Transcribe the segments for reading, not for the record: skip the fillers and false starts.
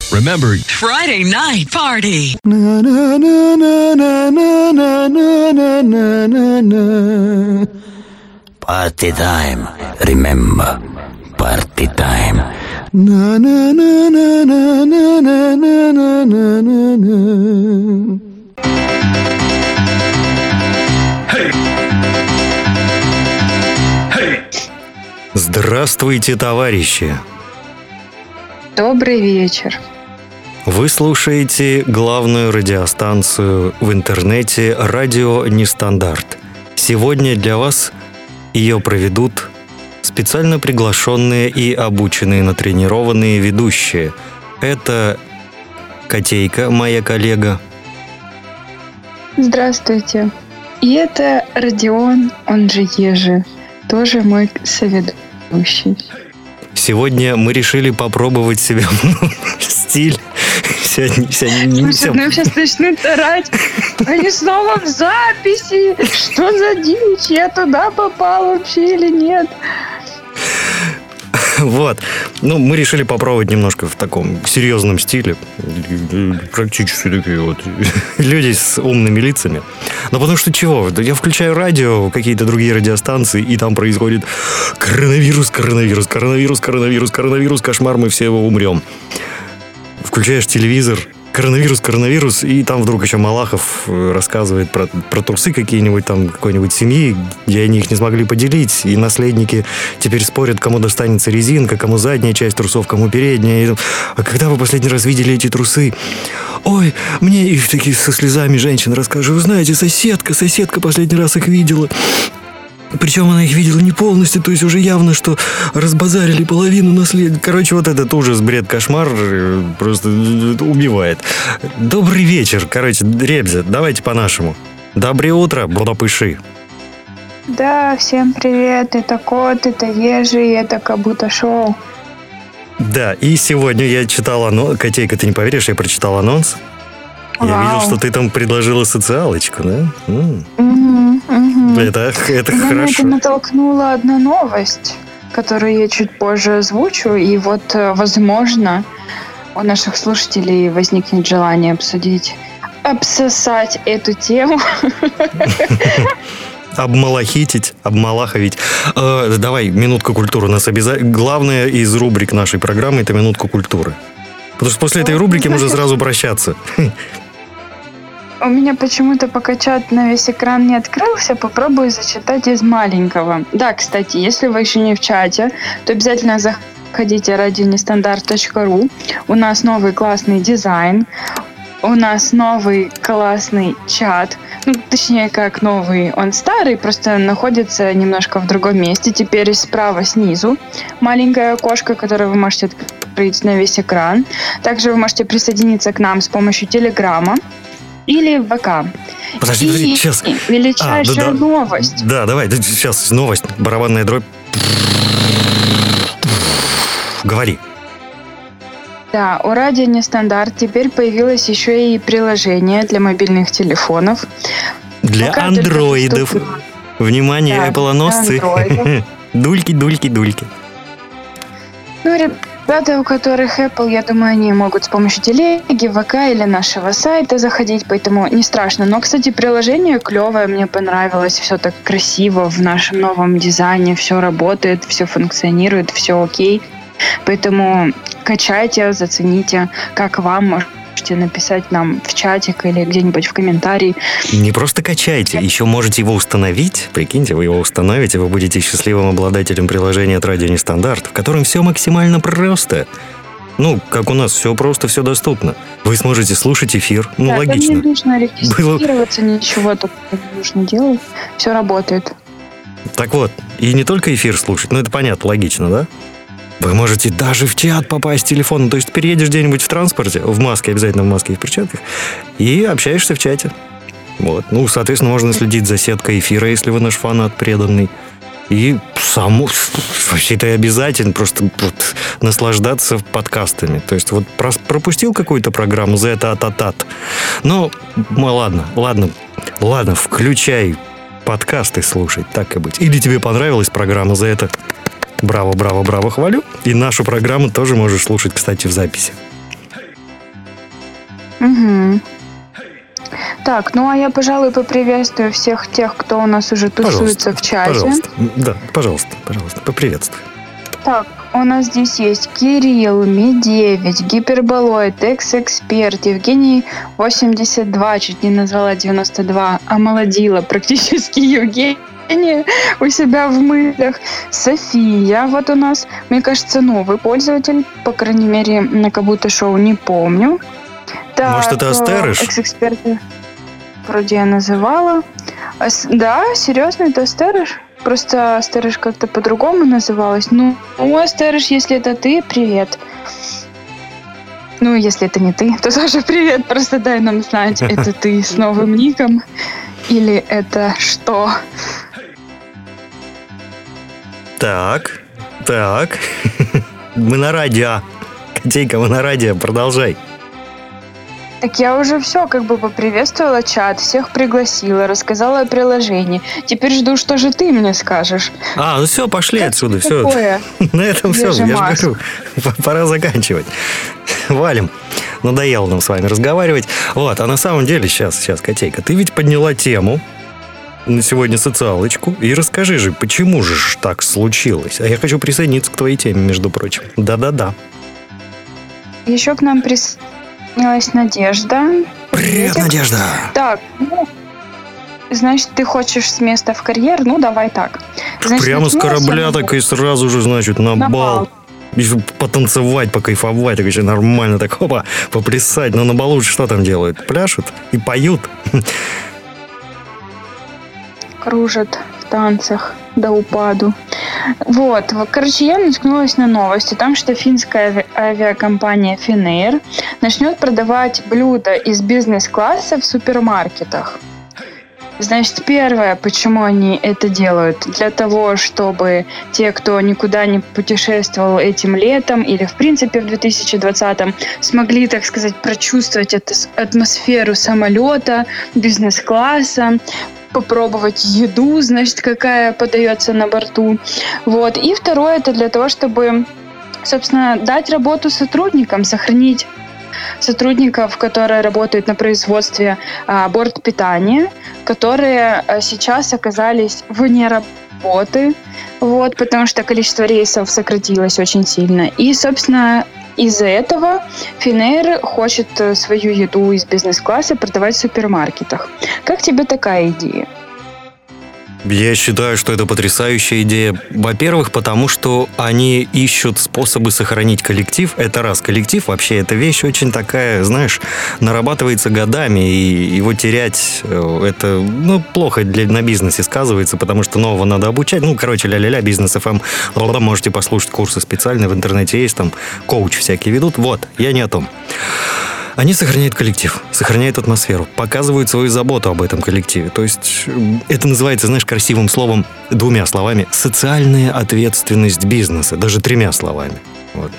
Remember, Friday night party. Party time. Remember, party time. hey, hey. Здравствуйте, товарищи! Добрый вечер. Вы слушаете главную радиостанцию в интернете «Радио Нестандарт». Сегодня для вас ее проведут специально приглашенные и обученные, натренированные ведущие. Это Котейка, моя коллега. Здравствуйте. И это Родион, он же Ежи, тоже мой соведущий. Сегодня мы решили попробовать себя в стиль. Слушай, ну сейчас начнут орать. Они снова в записи. Что за дичь? Я туда попал вообще или нет? Вот. Ну, мы решили попробовать немножко в таком серьезном стиле. Практически такие вот люди с умными лицами. Но потому что чего? Я включаю радио, какие-то другие радиостанции, и там происходит коронавирус, кошмар, мы все умрем. Включаешь телевизор, коронавирус, и там вдруг еще Малахов рассказывает про трусы какие-нибудь там какой-нибудь семьи, где они их не смогли поделить, и наследники теперь спорят, кому достанется резинка, кому задняя часть трусов, кому передняя. А когда вы последний раз видели эти трусы? Ой, мне их такие со слезами женщина расскажет. Вы знаете, соседка последний раз их видела. Причем она их видела не полностью, то есть уже явно, что разбазарили половину наследия. Короче, вот этот ужас, бред, кошмар просто убивает. Добрый вечер, короче, Ребзя, давайте по-нашему. Доброе утро, Будапыши. Да, всем привет, это Кот, это Ежи, это Кабута Шоу. Да, и сегодня я читал анонс. Котейка, ты не поверишь, я прочитал анонс. Я видел, что ты там предложила социалочку, да? Это Меня хорошо. это натолкнула одна новость, которую я чуть позже озвучу, и вот, возможно, у наших слушателей возникнет желание обсосать эту тему. Обмалахитить, обмалаховить. Давай, минутка культуры. У нас главное из рубрик нашей программы — это минутка культуры. Потому что после этой рубрики можно сразу прощаться. У меня почему-то пока чат на весь экран не открылся, попробую зачитать из маленького. Да, кстати, если вы еще не в чате, то обязательно заходите radionestandarт.ru. У нас новый классный дизайн, у нас новый классный чат. Ну, точнее, как новый, он старый, просто находится немножко в другом месте. Теперь справа снизу маленькое окошко, которое вы можете открыть на весь экран. Также вы можете присоединиться к нам с помощью Телеграма или ВК. Подожди, сейчас. Величайшая новость. Да, давай, сейчас новость. Барабанная дробь. Говори. Да, у Радио Нестандарт теперь появилось еще и приложение для мобильных телефонов. Для андроидов. Внимание, да, Apple-носцы. Дульки. Ну, ребята, у которых Apple, я думаю, они могут с помощью телеги, ВК или нашего сайта заходить, поэтому не страшно. Но, кстати, приложение клевое, мне понравилось, все так красиво в нашем новом дизайне, все работает, все функционирует, все окей. Поэтому качайте, зацените, как вам, можете написать нам в чатик или где-нибудь в комментарии. Не просто качайте, еще можете его установить. Прикиньте, вы его установите, вы будете счастливым обладателем приложения от Радио Нестандарт, в котором все максимально просто. Ну, как у нас, все просто, все доступно. Вы сможете слушать эфир. Ну, да, логично. Не нужно регистрироваться, ничего тут не нужно делать. Все работает. Так вот, и не только эфир слушать, ну это понятно, логично, да? Вы можете даже в чат попасть с телефона. То есть переедешь где-нибудь в транспорте, в маске, обязательно в маске и в перчатках, и общаешься в чате. Вот. Ну, соответственно, можно следить за сеткой эфира, если вы наш фанат преданный. И вообще это обязательно просто вот, наслаждаться подкастами. То есть вот пропустил какую-то программу за это ататат. Ну, ладно, включай подкасты слушать, так и быть. Или тебе понравилась программа за это? Браво, хвалю. И нашу программу тоже можешь слушать, кстати, в записи. Угу. Так, ну а я, пожалуй, поприветствую всех тех, кто у нас уже тусуется в чате. Пожалуйста. Да, пожалуйста, поприветствуй. Так, у нас здесь есть Кирилл, Ми-9, Гиперболоид, Экс-Эксперт, Евгений 82, чуть не назвала 92, омолодила практически Евгения у себя в мыслях. София, вот у нас, мне кажется, новый пользователь, по крайней мере, на Кабуто Шоу не помню. Так, может, это Астерыш? Экс-Эксперты вроде я называла. Да, серьезно, это Астерыш? Просто Астерыш как-то по-другому называлась. Ну, Астерыш, если это ты, привет. Ну, если это не ты, то тоже привет. Просто дай нам знать, это ты с новым ником или это что. Так. Мы на радио. Котейка, мы на радио, продолжай. Так я уже все как бы поприветствовала чат, всех пригласила, рассказала о приложении. Теперь жду, что же ты мне скажешь. Ну все, пошли как отсюда, все. Такое? На этом все, я же говорю, пора заканчивать. Валим. Надоело нам с вами разговаривать. Вот, а на самом деле, сейчас, Котейка, ты ведь подняла тему на сегодня социалочку. И расскажи же, почему же так случилось? А я хочу присоединиться к твоей теме, между прочим. Да-да-да. Еще к нам присоединилась Надежда. Привет, Надежда. Так, значит, ты хочешь с места в карьер? Ну, давай так. Значит, прямо с корабля так и сразу же, значит, на бал. Еще потанцевать, покайфовать, так еще нормально, так опа, поплясать. Но на балу что там делают? Пляшут и поют. Кружат в танцах до упаду. Вот, короче, я наткнулась на новости. Там, что финская авиакомпания Finnair начнет продавать блюда из бизнес-класса в супермаркетах. Значит, первое, почему они это делают, для того, чтобы те, кто никуда не путешествовал этим летом или, в принципе, в 2020-м, смогли, так сказать, прочувствовать эту атмосферу самолета, бизнес-класса, попробовать еду, значит, какая подается на борту. Вот. И второе, это для того, чтобы, собственно, дать работу сотрудникам, сохранить сотрудников, которые работают на производстве бортпитания, которые сейчас оказались вне работы, вот, потому что количество рейсов сократилось очень сильно. И, собственно, из-за этого Finnair хочет свою еду из бизнес-класса продавать в супермаркетах. Как тебе такая идея? Я считаю, что это потрясающая идея. Во-первых, потому что они ищут способы сохранить коллектив. Это раз. Коллектив вообще, эта вещь очень такая, знаешь, нарабатывается годами, и его терять, это, плохо на бизнесе сказывается, потому что нового надо обучать. Ля-ля-ля, бизнес FM. Можете послушать курсы специальные в интернете есть, там коуч всякие ведут. Вот, я не о том. Они сохраняют коллектив, сохраняют атмосферу, показывают свою заботу об этом коллективе. То есть это называется, знаешь, красивым словом, 2 словами, социальная ответственность бизнеса, даже 3 словами. Вот.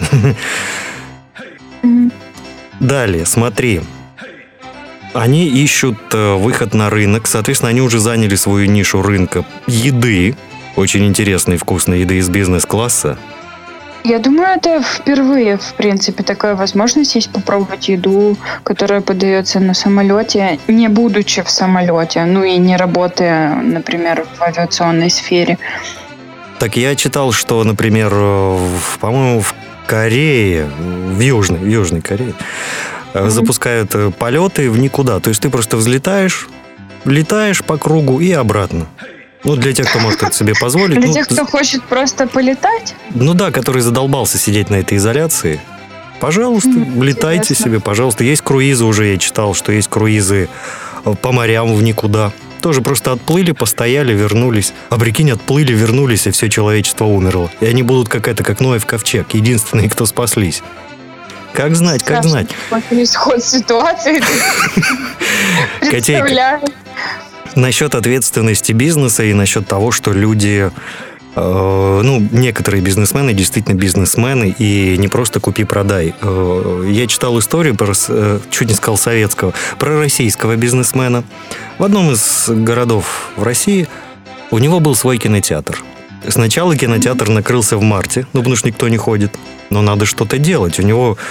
Далее, смотри. Они ищут выход на рынок, соответственно, они уже заняли свою нишу рынка еды, очень интересной, вкусной еды из бизнес-класса. Я думаю, это впервые, в принципе, такая возможность есть попробовать еду, которая подается на самолете, не будучи в самолете, и не работая, например, в авиационной сфере. Так я читал, что, например, по-моему, в Корее, в Южной Корее, запускают полеты в никуда. То есть ты просто взлетаешь, летаешь по кругу и обратно. Для тех, кто может это себе позволить. Для тех, кто хочет просто полетать? Который задолбался сидеть на этой изоляции. Пожалуйста, летайте себе, пожалуйста. Есть круизы уже, я читал, что есть круизы по морям в никуда. Тоже просто отплыли, постояли, вернулись. А прикинь, отплыли, вернулись, и все человечество умерло. И они будут как Ноев ковчег, единственные, кто спаслись. Как знать, как знать. Исход ситуации. Представляю. Насчет ответственности бизнеса и насчет того, что люди, некоторые бизнесмены действительно бизнесмены, и не просто купи-продай. Я читал историю, чуть не сказал советского, про российского бизнесмена. В одном из городов в России у него был свой кинотеатр. Сначала кинотеатр накрылся в марте, потому что никто не ходит. Но надо что-то делать. У него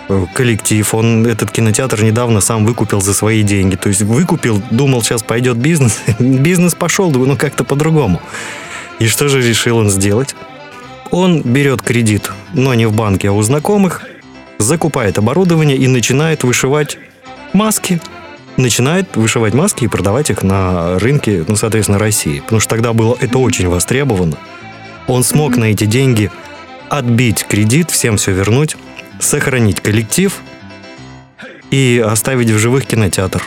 коллектив. Он этот кинотеатр недавно сам выкупил за свои деньги. То есть выкупил, думал, сейчас пойдет бизнес. Бизнес пошел, но как-то по-другому. И что же решил он сделать? Он берет кредит, но не в банке, а у знакомых, закупает оборудование и начинает вышивать маски. Начинает вышивать маски и продавать их на рынке, соответственно, России. Потому что тогда было это очень востребовано. Он смог на эти деньги отбить кредит, всем все вернуть, сохранить коллектив и оставить в живых кинотеатр.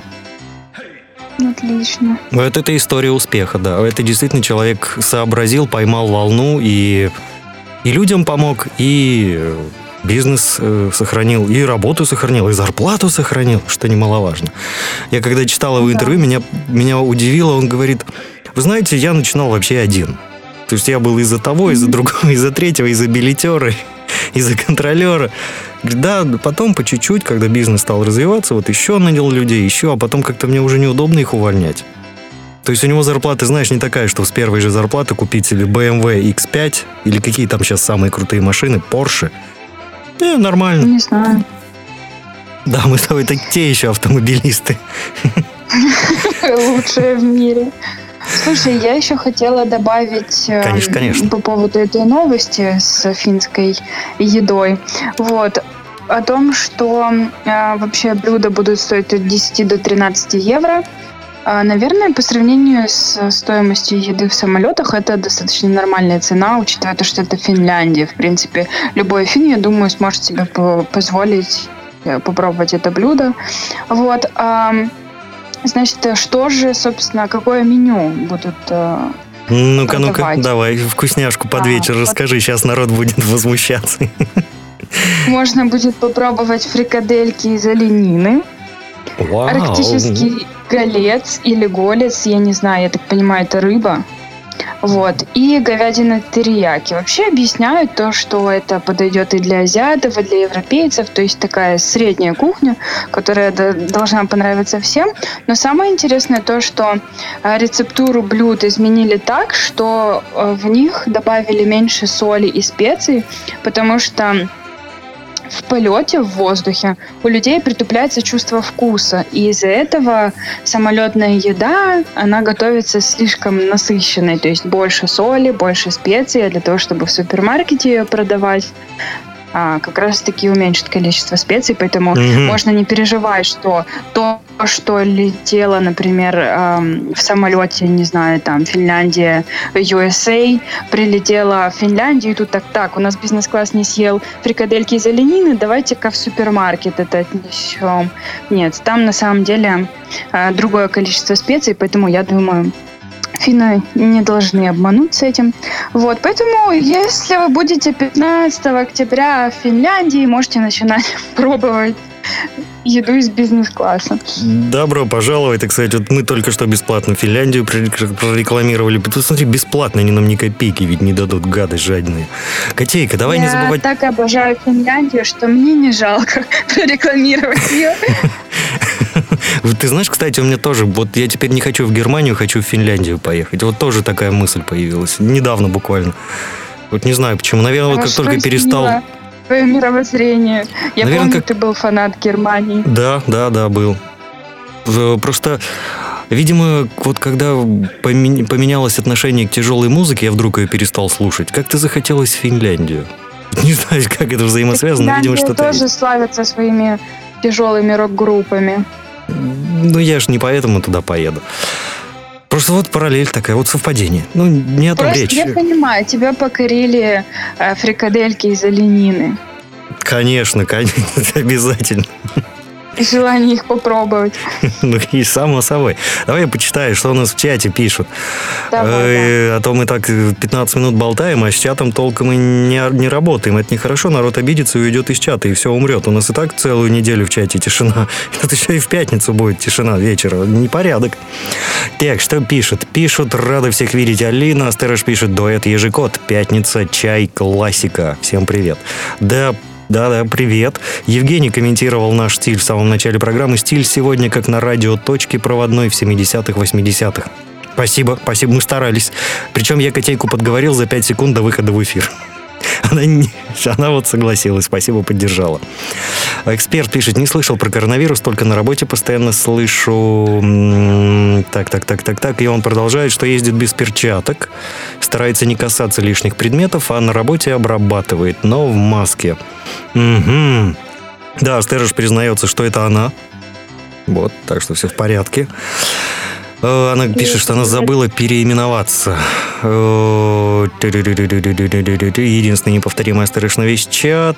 Отлично. Вот это история успеха, да. Это действительно человек сообразил, поймал волну и людям помог, и бизнес сохранил, и работу сохранил, и зарплату сохранил, что немаловажно. Я когда читал его интервью, меня удивило, он говорит, вы знаете, я начинал вообще один. То есть я был из-за того, из-за другого, из-за третьего, из-за билетера, из-за контролера. Да, потом по чуть-чуть, когда бизнес стал развиваться, вот еще нанял людей, еще, а потом как-то мне уже неудобно их увольнять. То есть у него зарплата, знаешь, не такая, что с первой же зарплаты купить себе BMW X5 или какие там сейчас самые крутые машины, Porsche. Нормально. Не знаю. Да, мы с тобой те еще автомобилисты. Лучшие в мире. Слушай, я еще хотела добавить конечно. По поводу этой новости с финской едой. Вот. О том, что вообще блюда будут стоить от 10 до 13 евро. Наверное, по сравнению с стоимостью еды в самолетах, это достаточно нормальная цена, учитывая то, что это Финляндия. В принципе, любой фин, я думаю, сможет себе позволить попробовать это блюдо. Вот. Значит, что же, собственно, какое меню будут Ну-ка, давай, вкусняшку под вечер расскажи, сейчас народ будет возмущаться. Можно будет попробовать фрикадельки из оленины. Вау. Арктический голец или голец, я не знаю, я так понимаю, это рыба. Вот. И говядина терияки. Вообще объясняют то, что это подойдет и для азиатов, и для европейцев. То есть такая средняя кухня, которая должна понравиться всем. Но самое интересное то, что рецептуру блюд изменили так, что в них добавили меньше соли и специй, потому что в полете, в воздухе, у людей притупляется чувство вкуса. И из-за этого самолетная еда, она готовится слишком насыщенной. То есть больше соли, больше специй. А для того, чтобы в супермаркете ее продавать, как раз-таки уменьшит количество специй. Поэтому можно не переживать, что то, что летело, например, в самолете, не знаю, там, Финляндия, USA, прилетела в Финляндию, и тут так, у нас бизнес-класс не съел фрикадельки из оленины, давайте-ка в супермаркет это отнесем. Нет, там на самом деле другое количество специй, поэтому я думаю, финны не должны обмануть с этим. Вот, поэтому, если вы будете 15 октября в Финляндии, можете начинать пробовать еду из бизнес-класса. Добро пожаловать. И, кстати, вот мы только что бесплатно Финляндию прорекламировали. Посмотри, бесплатно они нам ни копейки ведь не дадут, гады жадные. Котейка, давай не забывать... Я так обожаю Финляндию, что мне не жалко прорекламировать ее. Ты знаешь, кстати, у меня тоже, вот я теперь не хочу в Германию, хочу в Финляндию поехать. Вот тоже такая мысль появилась. Недавно буквально. Вот не знаю почему. Наверное, вот как только перестал... Твое мировоззрение. Я помню, ты был фанат Германии. Да, был. Просто, видимо, вот когда поменялось отношение к тяжелой музыке, я вдруг ее перестал слушать. Как-то захотелось в Финляндию. Не знаю, как это взаимосвязано, но, видимо, что-то тоже есть. Славится своими тяжелыми рок-группами. Ну, я ж не поэтому туда поеду. Просто вот параллель такая, вот совпадение. Ну, не о том речь. Я понимаю, тебя покорили фрикадельки из оленины. Конечно, обязательно. Желание их попробовать. Ну и само собой. Давай я почитаю, что у нас в чате пишут. Давай. А то мы так 15 минут болтаем, а с чатом толком и не работаем. Это нехорошо, народ обидится и уйдет из чата, и все умрет. У нас и так целую неделю в чате тишина. Тут еще и в пятницу будет тишина вечера. Непорядок. Так, что пишут? Пишут, рады всех видеть. Алина Астерыш пишет, дуэт Ежекот. Пятница, чай, классика. Всем привет. Да, привет. Евгений комментировал наш стиль в самом начале программы. Стиль сегодня как на радио точки проводной в 70-х, 80-х. Спасибо, мы старались. Причем я Котейку подговорил за 5 секунд до выхода в эфир. Она вот согласилась, спасибо, поддержала. Эксперт пишет, не слышал про коронавирус, только на работе постоянно слышу. Так. И он продолжает, что ездит без перчаток, старается не касаться лишних предметов, а на работе обрабатывает, но в маске. Угу. Да, Стерж признается, что это она. Вот, так что все в порядке. Она пишет, что она забыла переименоваться. Единственная неповторимая Стерж на весь чат.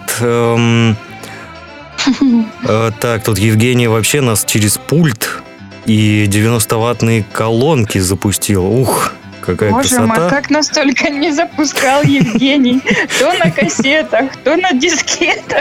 Так, тут Евгений вообще нас через пульт и 90-ваттные колонки запустил. Ух, какая красота. Боже мой, как нас только не запускал Евгений. То на кассетах, то на дискетах.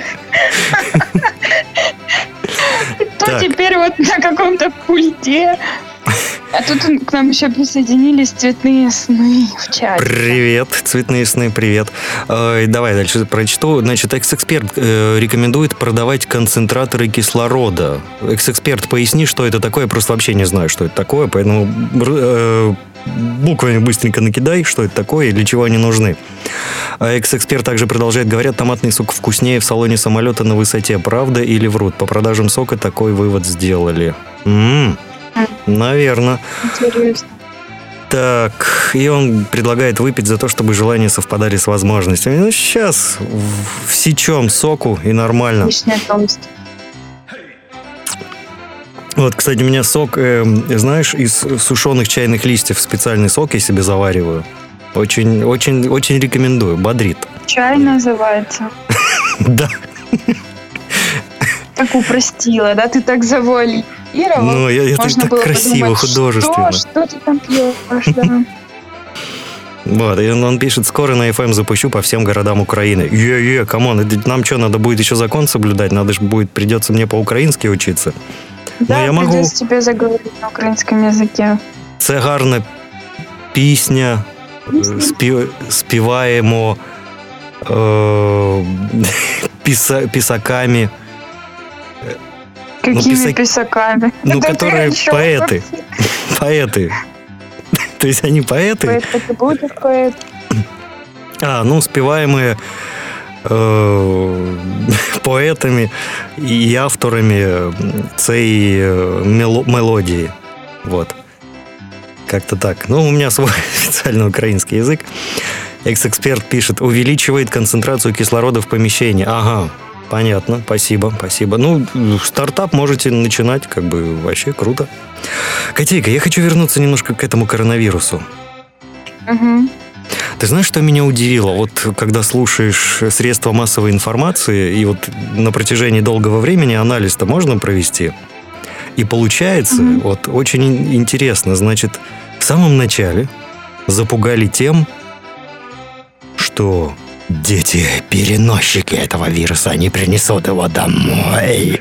То теперь вот на каком-то пульте. А тут к нам еще присоединились цветные сны в чате. Привет, цветные сны, привет. Давай дальше прочту. Значит, экс-эксперт рекомендует продавать концентраторы кислорода. Экс-эксперт, поясни, что это такое. Я просто вообще не знаю, что это такое, поэтому буквами быстренько накидай, что это такое и для чего они нужны. Экс-эксперт также продолжает, говорят, томатный сок вкуснее в салоне самолета на высоте. Правда или врут? По продажам сока такой вывод сделали. Наверное. Интересно. Так, и он предлагает выпить за то, чтобы желания совпадали с возможностями. Ну, сейчас всечем соку и нормально. Лишняя толсть. Вот, кстати, у меня сок, знаешь, из сушеных чайных листьев специальный сок я себе завариваю. Очень, очень, очень рекомендую, бодрит. Чай называется. Да. Так упростила, да? Ты так завуалировал. Ну, это так красиво, художественно. Что ты там пьешь, да? Вот, и он пишет, скоро на FM запущу по всем городам Украины. Камон, нам что, надо будет еще закон соблюдать? Надо же будет, придется мне по-украински учиться. Да, я могу... придется тебе заговорить на украинском языке. Це гарна пісня, співаємо писаками. Какими писаками? Ну, которые поэты. Поэты. То есть они поэты? Поэт, ты будешь поэт? Співаємо поетами і авторами цієї мелодії. Вот. Как-то так. Ну, у меня свой официальный украинский язык. Экс-эксперт пишет, увеличивает концентрацию кислорода в помещении. Ага, понятно, спасибо. Ну, стартап можете начинать, как бы вообще круто. Котейка, я хочу вернуться немножко к этому коронавирусу. Угу. Ты знаешь, что меня удивило? Вот когда слушаешь средства массовой информации, и вот на протяжении долгого времени анализ-то можно провести? И получается, вот очень интересно, значит, в самом начале запугали тем, что дети-переносчики этого вируса, они принесут его домой.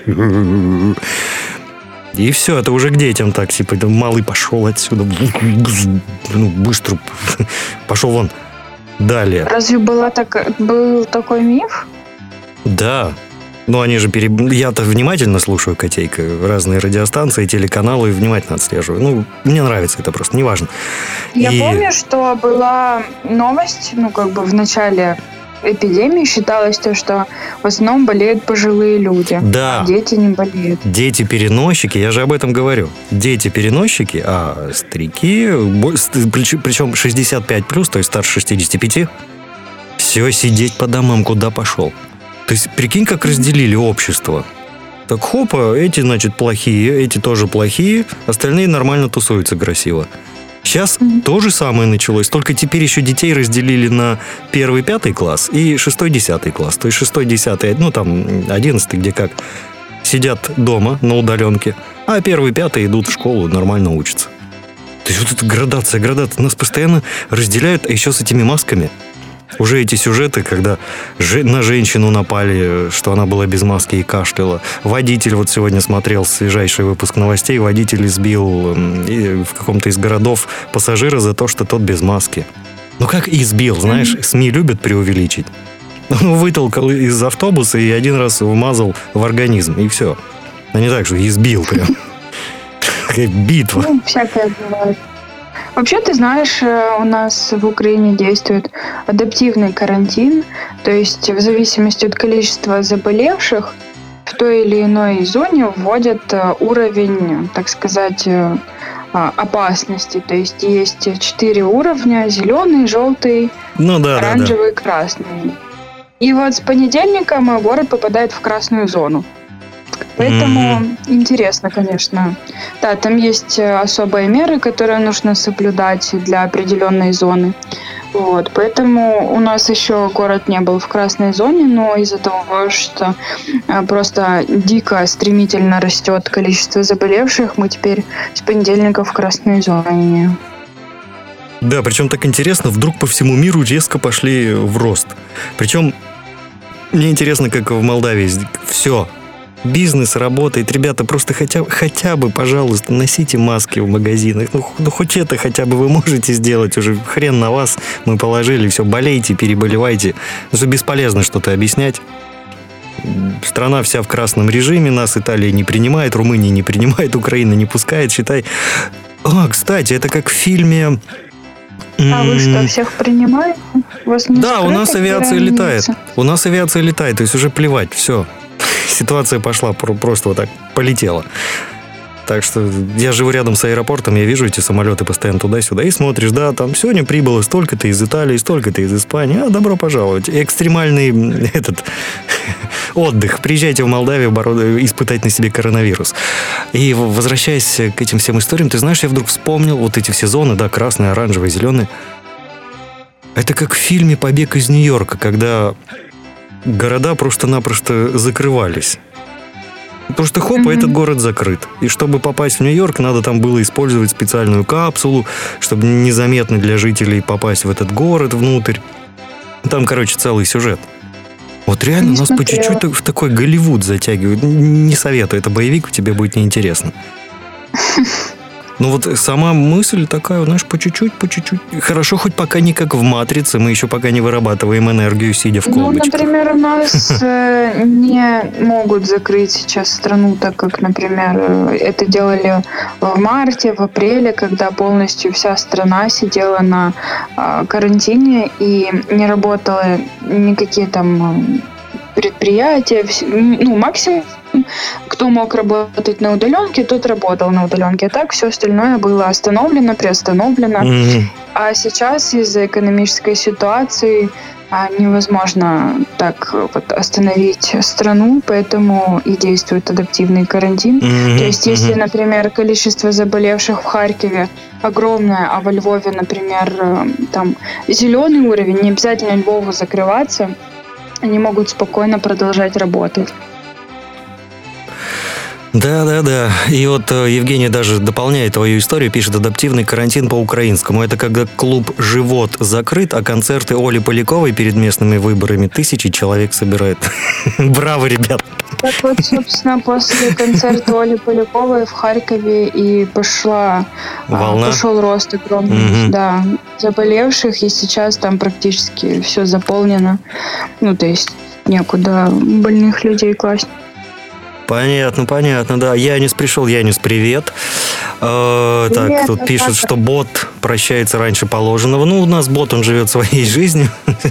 И все, это уже к детям так, типа, малый пошел отсюда, быстро пошел вон. Далее. Разве был такой миф? Да. Ну, они же Я-то внимательно слушаю, Котейка, разные радиостанции, телеканалы, внимательно отслеживаю. Ну, мне нравится это просто, неважно. Я помню, что была новость, в начале эпидемии считалось то, что в основном болеют пожилые люди. Да. А дети не болеют. Дети-переносчики, я же об этом говорю. Дети-переносчики, а старики, причем 65+, то есть старше 65, все, сидеть по домам, куда пошел. То есть, прикинь, как разделили общество. Так, хопа, эти, значит, плохие, эти тоже плохие, остальные нормально тусуются красиво. Сейчас то же самое началось, только теперь еще детей разделили на 1-5 класс и 6-10 класс. То есть 6-10, 11, где как, сидят дома на удаленке, а 1-5 идут в школу, нормально учатся. То есть вот эта градация, нас постоянно разделяют, а еще с этими масками. Уже эти сюжеты, когда на женщину напали, что она была без маски и кашляла. Водитель, вот сегодня смотрел свежайший выпуск новостей, водитель избил в каком-то из городов пассажира за то, что тот без маски. Ну как избил, знаешь, СМИ любят преувеличить. Он вытолкал из автобуса и один раз вмазал в организм, и все. А не так, что избил прям. Какая битва. Всякое бывает. Вообще, ты знаешь, у нас в Украине действует адаптивный карантин, то есть в зависимости от количества заболевших в той или иной зоне вводят уровень, так сказать, опасности. То есть есть 4 уровня: зеленый, желтый, оранжевый, красный. И вот с понедельника мой город попадает в красную зону. Поэтому интересно, конечно. Да, там есть особые меры, которые нужно соблюдать для определенной зоны. Вот, поэтому у нас еще город не был в красной зоне, но из-за того, что просто дико стремительно растет количество заболевших, мы теперь с понедельника в красной зоне. Да, причем так интересно, вдруг по всему миру резко пошли в рост. Причем мне интересно, как в Молдавии все. Бизнес работает. Ребята, просто хотя бы, пожалуйста, носите маски в магазинах. Ну, хоть это хотя бы вы можете сделать. Уже хрен на вас мы положили. Все, болейте, переболевайте. Уже бесполезно что-то объяснять. Страна вся в красном режиме. Нас Италия не принимает, Румыния не принимает, Украина не пускает. Считай. Кстати, это как в фильме... А вы что, всех принимаете? Да, у нас авиация летает. У нас авиация летает, то есть уже плевать, все. Ситуация пошла, просто вот так полетела. Так что я живу рядом с аэропортом, я вижу эти самолеты постоянно туда-сюда, и смотришь, да, там сегодня прибыло столько-то из Италии, столько-то из Испании, добро пожаловать. Экстремальный отдых. Приезжайте в Молдавию испытать на себе коронавирус. И возвращаясь к этим всем историям, ты знаешь, я вдруг вспомнил вот эти все зоны, да, красные, оранжевые, зеленые. Это как в фильме «Побег из Нью-Йорка», когда города просто-напросто закрывались. Просто хоп, этот город закрыт. И чтобы попасть в Нью-Йорк, надо там было использовать специальную капсулу, чтобы незаметно для жителей попасть в этот город внутрь. Там, короче, целый сюжет. Вот реально нас по чуть-чуть в такой Голливуд затягивают. Не советую, это боевик, тебе будет неинтересно. Ну вот сама мысль такая, знаешь, по чуть-чуть. Хорошо, хоть пока не как в «Матрице», мы еще пока не вырабатываем энергию, сидя в колбочках. Ну, например, у нас не могут закрыть сейчас страну, так как, например, это делали в марте, в апреле, когда полностью вся страна сидела на карантине и не работала никакие там предприятия, ну, максимум, кто мог работать на удаленке, тот работал на удаленке. А так все остальное было остановлено, приостановлено. А сейчас из-за экономической ситуации невозможно так вот остановить страну, поэтому и действует адаптивный карантин. То есть, если, например, количество заболевших в Харькове огромное, а во Львове, например, там зеленый уровень, не обязательно Львову закрываться, они могут спокойно продолжать работать. Да. И вот Евгений даже дополняет твою историю, пишет: адаптивный карантин по-украинскому. Это когда клуб «Живот» закрыт, а концерты Оли Поляковой перед местными выборами 1000 человек собирает. Браво, ребят! Так вот, собственно, после концерта Оли Поляковой в Харькове и пошел рост огромный, заболевших, и сейчас там практически все заполнено. Ну, то есть некуда больных людей класть. Понятно, да. Янис пришел. Янис, привет. Так, тут пишут, что бот прощается раньше положенного. Ну, у нас бот, он живет своей жизнью.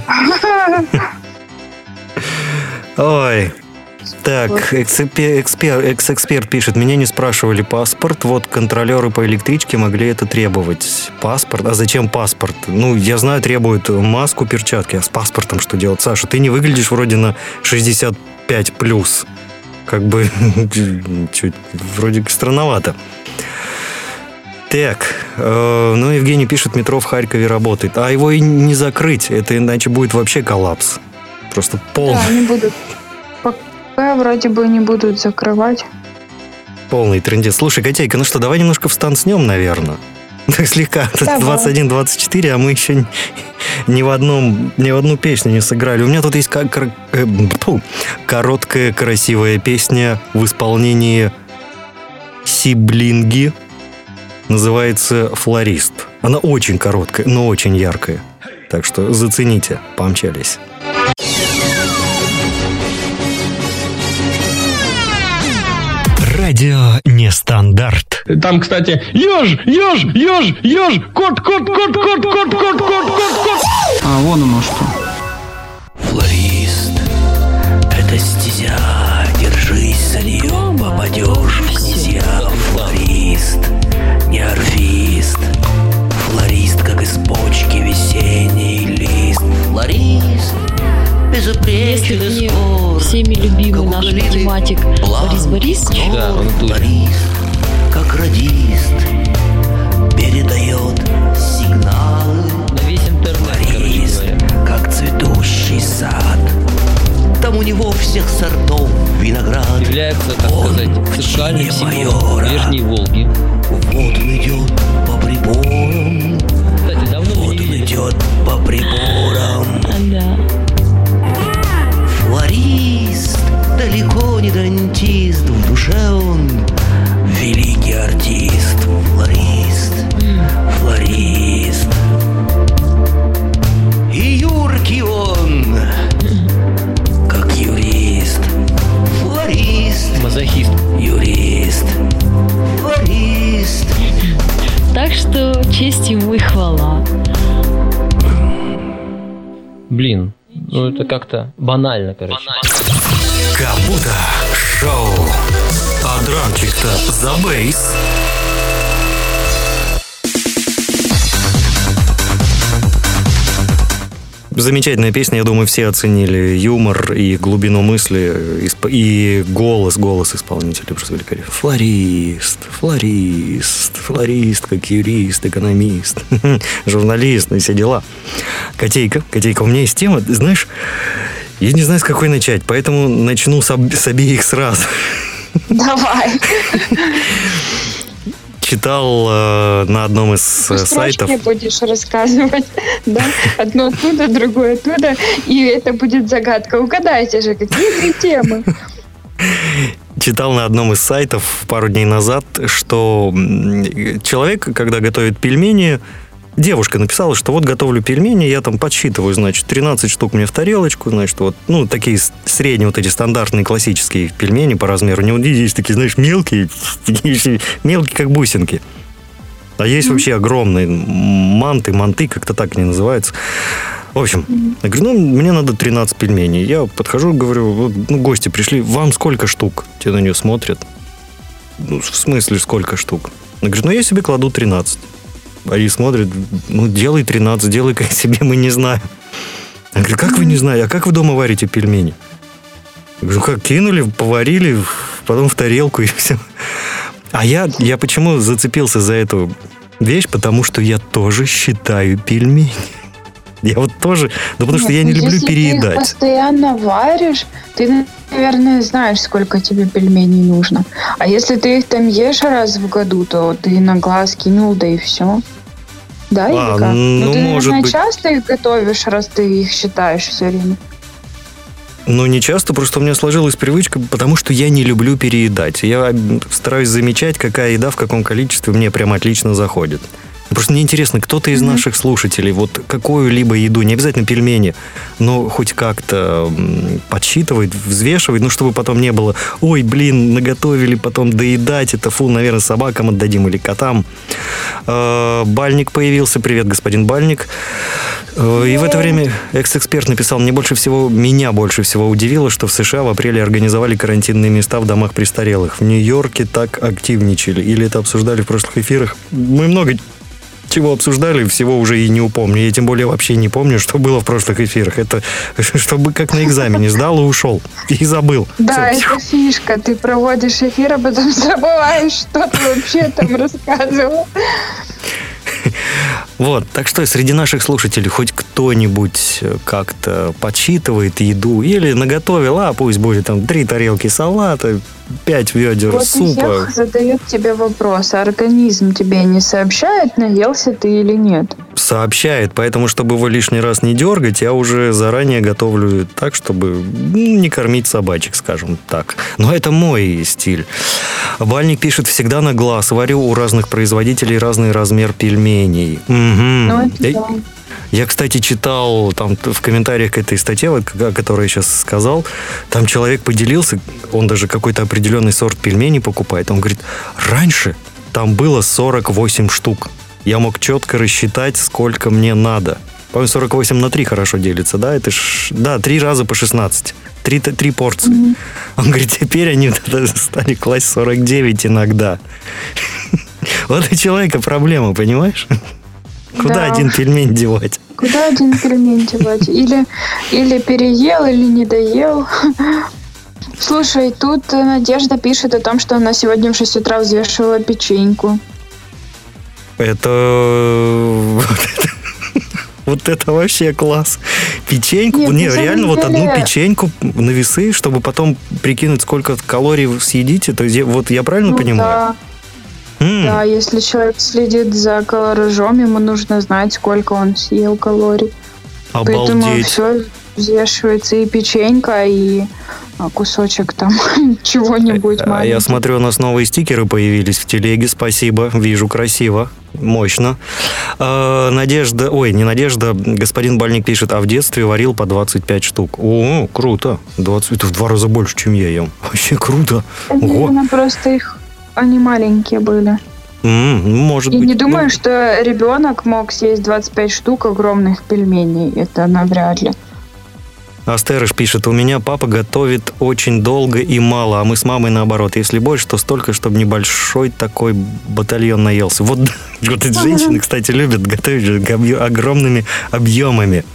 Ой. Так, экс-эксперт пишет: меня не спрашивали паспорт, вот контролеры по электричке могли это требовать. Паспорт? А зачем паспорт? Ну, я знаю, требуют маску, перчатки, а с паспортом что делать? Саша, ты не выглядишь вроде на 65+. Как бы чуть вроде странновато. Так, ну, Евгений пишет: метро в Харькове работает. А его и не закрыть, это иначе будет вообще коллапс. Просто полный. Да, они будут... Пока вроде бы не будут закрывать. Полный трындец. Слушай, Котейка, ну что, давай немножко встанцнем, наверное. Так слегка. 21-24, а мы еще ни в одну песню не сыграли. У меня тут есть короткая красивая песня в исполнении Сиблинги. Называется «Флорист». Она очень короткая, но очень яркая. Так что зацените. Помчались. Радио Нестандарт. Там, кстати, еж, кот. А вон оно что. Флорист, это стезя, держись за нее, попадешь в князья. Флорист, не орфист, флорист, как из почки весенний лист. Флорист, безупречный спор, всеми любимый наш математик Борис Борисович. Флорист, как радист, передает сигналы. На весь интернет, короче говоря. Как цветущий сад. Там у него всех сортов виноград. Является, так сказать, социальным символом Верхней Волги. Вот он идет по приборам. Кстати, давно Вот мы не он видели. идет по приборам. Да. Флорист, далеко не дантист. В душе он великий артист. Флорист, флорист. И юркий он, как юрист. Флорист, Мазохист. юрист, флорист. Так что честь ему и хвала. Блин, ну это как-то банально, короче. Капута шоу. А драмчик-то за бейс. Замечательная песня, я думаю, все оценили юмор и глубину мысли, и голос исполнителя просто великолепный. Флорист, как юрист, экономист, журналист, и все дела. Котейка, у меня есть тема, знаешь, я не знаю, с какой начать, поэтому начну с обеих сразу. Давай. Читал на одном из сайтов. Ты будешь рассказывать, да? Одно оттуда, другое оттуда, и это будет загадка. Угадайте же, какие три темы. Читал на одном из сайтов пару дней назад, что человек, когда готовит пельмени, девушка написала, что вот готовлю пельмени, я там подсчитываю, значит, 13 штук мне в тарелочку, значит, вот, ну, такие средние вот эти стандартные классические пельмени по размеру. Не вот есть такие, знаешь, мелкие как бусинки. А есть вообще огромные манты, как-то так они называются. В общем, я говорю, мне надо 13 пельменей. Я подхожу, говорю, вот, гости пришли, вам сколько штук? Те на нее смотрят. Ну, в смысле, сколько штук? Я говорю, я себе кладу 13. Они смотрят, делай 13, делай как себе, мы не знаем. Я говорю, как вы не знаете, а как вы дома варите пельмени? Я говорю, как кинули, поварили, потом в тарелку и все. А я почему зацепился за эту вещь? Потому что я тоже считаю пельмени. Я вот тоже, потому что я не люблю переедать. Если ты их постоянно варишь, ты, наверное, знаешь, сколько тебе пельменей нужно. А если ты их там ешь раз в году, то ты на глаз кинул, да и все. Да, или как? Ты, может наверное, быть. часто их готовишь, раз ты их считаешь все время. Не часто, просто у меня сложилась привычка, потому что я не люблю переедать. Я стараюсь замечать, какая еда в каком количестве мне прям отлично заходит. Просто мне интересно, кто-то из наших слушателей вот какую-либо еду, не обязательно пельмени, но хоть как-то подсчитывает, взвешивает, чтобы потом не было, ой, наготовили, потом доедать, это наверное, собакам отдадим или котам. Бальник появился, привет, господин Бальник. И в это время экс-эксперт написал, меня больше всего удивило, что в США в апреле организовали карантинные места в домах престарелых. В Нью-Йорке так активничали, или это обсуждали в прошлых эфирах. Мы много чего обсуждали, всего уже и не упомню. Я тем более вообще не помню, что было в прошлых эфирах. Это чтобы как на экзамене сдал и ушел. И забыл. Да, Всё. это фишка. Ты проводишь эфир, а потом забываешь, что ты вообще там рассказывал. Вот, так что среди наших слушателей хоть кто-нибудь как-то подсчитывает еду или наготовил, пусть будет там 3 тарелки салата, 5 ведер Вот супа. всех задают тебе вопрос, а организм тебе не сообщает, наелся ты или нет? Сообщает, поэтому, чтобы его лишний раз не дергать, я уже заранее готовлю так, чтобы не кормить собачек, скажем так. Но это мой стиль. Бальник пишет, всегда на глаз. Варю у разных производителей разный размер пельменей. Угу. Я, кстати, читал там в комментариях к этой статье, вот, о которой я сейчас сказал, там человек поделился, он даже какой-то определенный сорт пельменей покупает. Он говорит, раньше там было 48 штук. Я мог четко рассчитать, сколько мне надо. По-моему, 48 на 3 хорошо делится, да? Это ж, да, 3 раза по 16. 3 порции. Mm-hmm. Он говорит, теперь они стали класть 49 иногда. Вот у человека проблема, понимаешь? Куда один пельмень девать? Куда один пельмень девать? Или переел, или не доел. Слушай, тут Надежда пишет о том, что она сегодня в 6 утра взвешивала печеньку. Вот это вообще класс. Печеньку? Нет, реально вот одну печеньку на весы, чтобы потом прикинуть, сколько калорий вы съедите. То есть вот я правильно понимаю? Да, если человек следит за калоражом, ему нужно знать, сколько он съел калорий. Обалдеть. Поэтому все взвешивается, и печенька, и кусочек там чего-нибудь маленького. Я смотрю, у нас новые стикеры появились в телеге. Спасибо. Вижу, красиво. Мощно. Надежда, не Надежда, господин Бальник пишет, а в детстве варил по 25 штук. О, круто. 20, это в 2 раза больше, чем я ем. Вообще круто. Наверное, просто они маленькие были. Может быть. И не думаю, что ребенок мог съесть 25 штук огромных пельменей. Это навряд ли. Астерыш пишет, у меня папа готовит очень долго и мало, а мы с мамой наоборот. Если больше, то столько, чтобы небольшой такой батальон наелся. Вот эти женщины, кстати, любят готовить огромными объемами.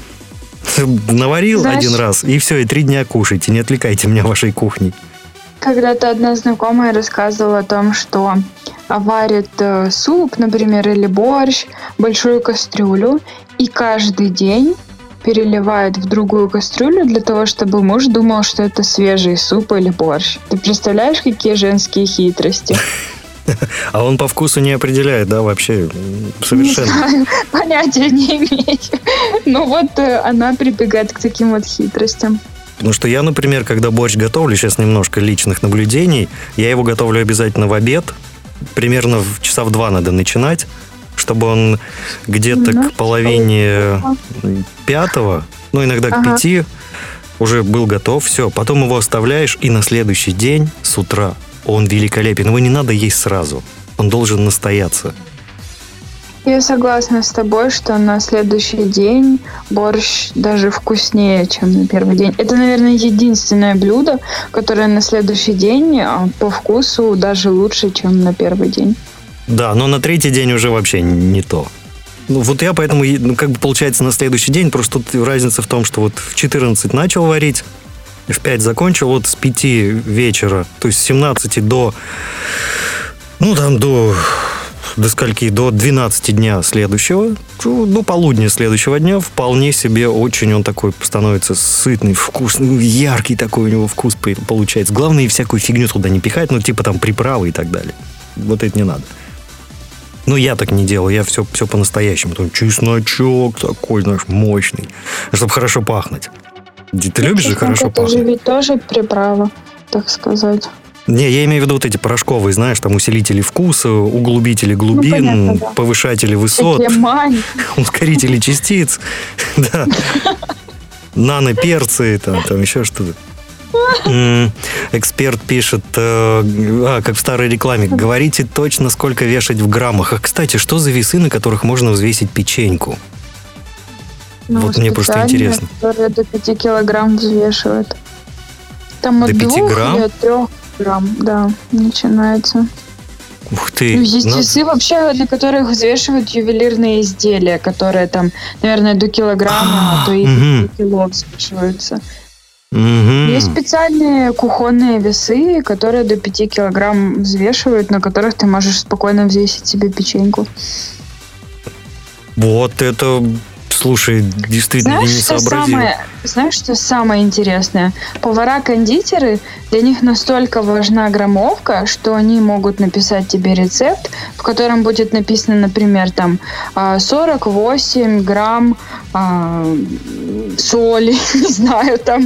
Наварил один раз, и все, и 3 дня кушайте. Не отвлекайте меня вашей кухней. Когда-то одна знакомая рассказывала о том, что варит суп, например, или борщ, большую кастрюлю, и каждый день переливает в другую кастрюлю для того, чтобы муж думал, что это свежий суп или борщ. Ты представляешь, какие женские хитрости? А он по вкусу не определяет, да, вообще? Совершенно. Не знаю, понятия не имею. Но вот она прибегает к таким вот хитростям. Потому что я, например, когда борщ готовлю, сейчас немножко личных наблюдений, я его готовлю обязательно в обед. Примерно в часа в 2 надо начинать, чтобы он где-то к половине 5, иногда к 5 уже был готов. Все, потом его оставляешь, и на следующий день с утра он великолепен. Его не надо есть сразу, он должен настояться. Я согласна с тобой, что на следующий день борщ даже вкуснее, чем на первый день. Это, наверное, единственное блюдо, которое на следующий день по вкусу даже лучше, чем на первый день. Да, но на 3-й день уже вообще не то. Вот я поэтому, получается, на следующий день, просто тут разница в том, что вот в 14 начал варить, в 5 закончил, вот с 5 вечера, то есть с 17 до скольки, до 12 дня следующего, до полудня следующего дня, вполне себе очень он такой становится сытный, вкусный, яркий такой у него вкус получается. Главное, всякую фигню туда не пихать, типа там приправы и так далее. Вот это не надо. Я так не делаю, я все по-настоящему. Там чесночок такой, знаешь, мощный, чтобы хорошо пахнуть. Ты любишь же хорошо пахнуть? Это же ведь тоже приправа, так сказать. Не, я имею в виду вот эти порошковые, знаешь, там усилители вкуса, углубители глубин, понятно, да. Повышатели высот, ускорители частиц, да, наноперцы, там еще что-то. Эксперт пишет, как в старой рекламе, говорите точно, сколько вешать в граммах. А, кстати, что за весы, на которых можно взвесить печеньку? Вот мне просто интересно. Которые до 5 килограмм взвешивают. Там от 2 до 3 грамм, да, начинается. Ух ты. Есть весы вообще, на которых взвешивают ювелирные изделия, которые там, наверное, до килограмма, а то и до кило взвешиваются. Есть специальные кухонные весы, которые до 5 килограмм взвешивают, на которых ты можешь спокойно взвесить себе печеньку. Вот это, слушай, действительно, знаешь, не сообразил. Знаешь, что самое интересное? Повара-кондитеры, для них настолько важна граммовка, что они могут написать тебе рецепт, в котором будет написано, например, там 48 грамм соли, не знаю, там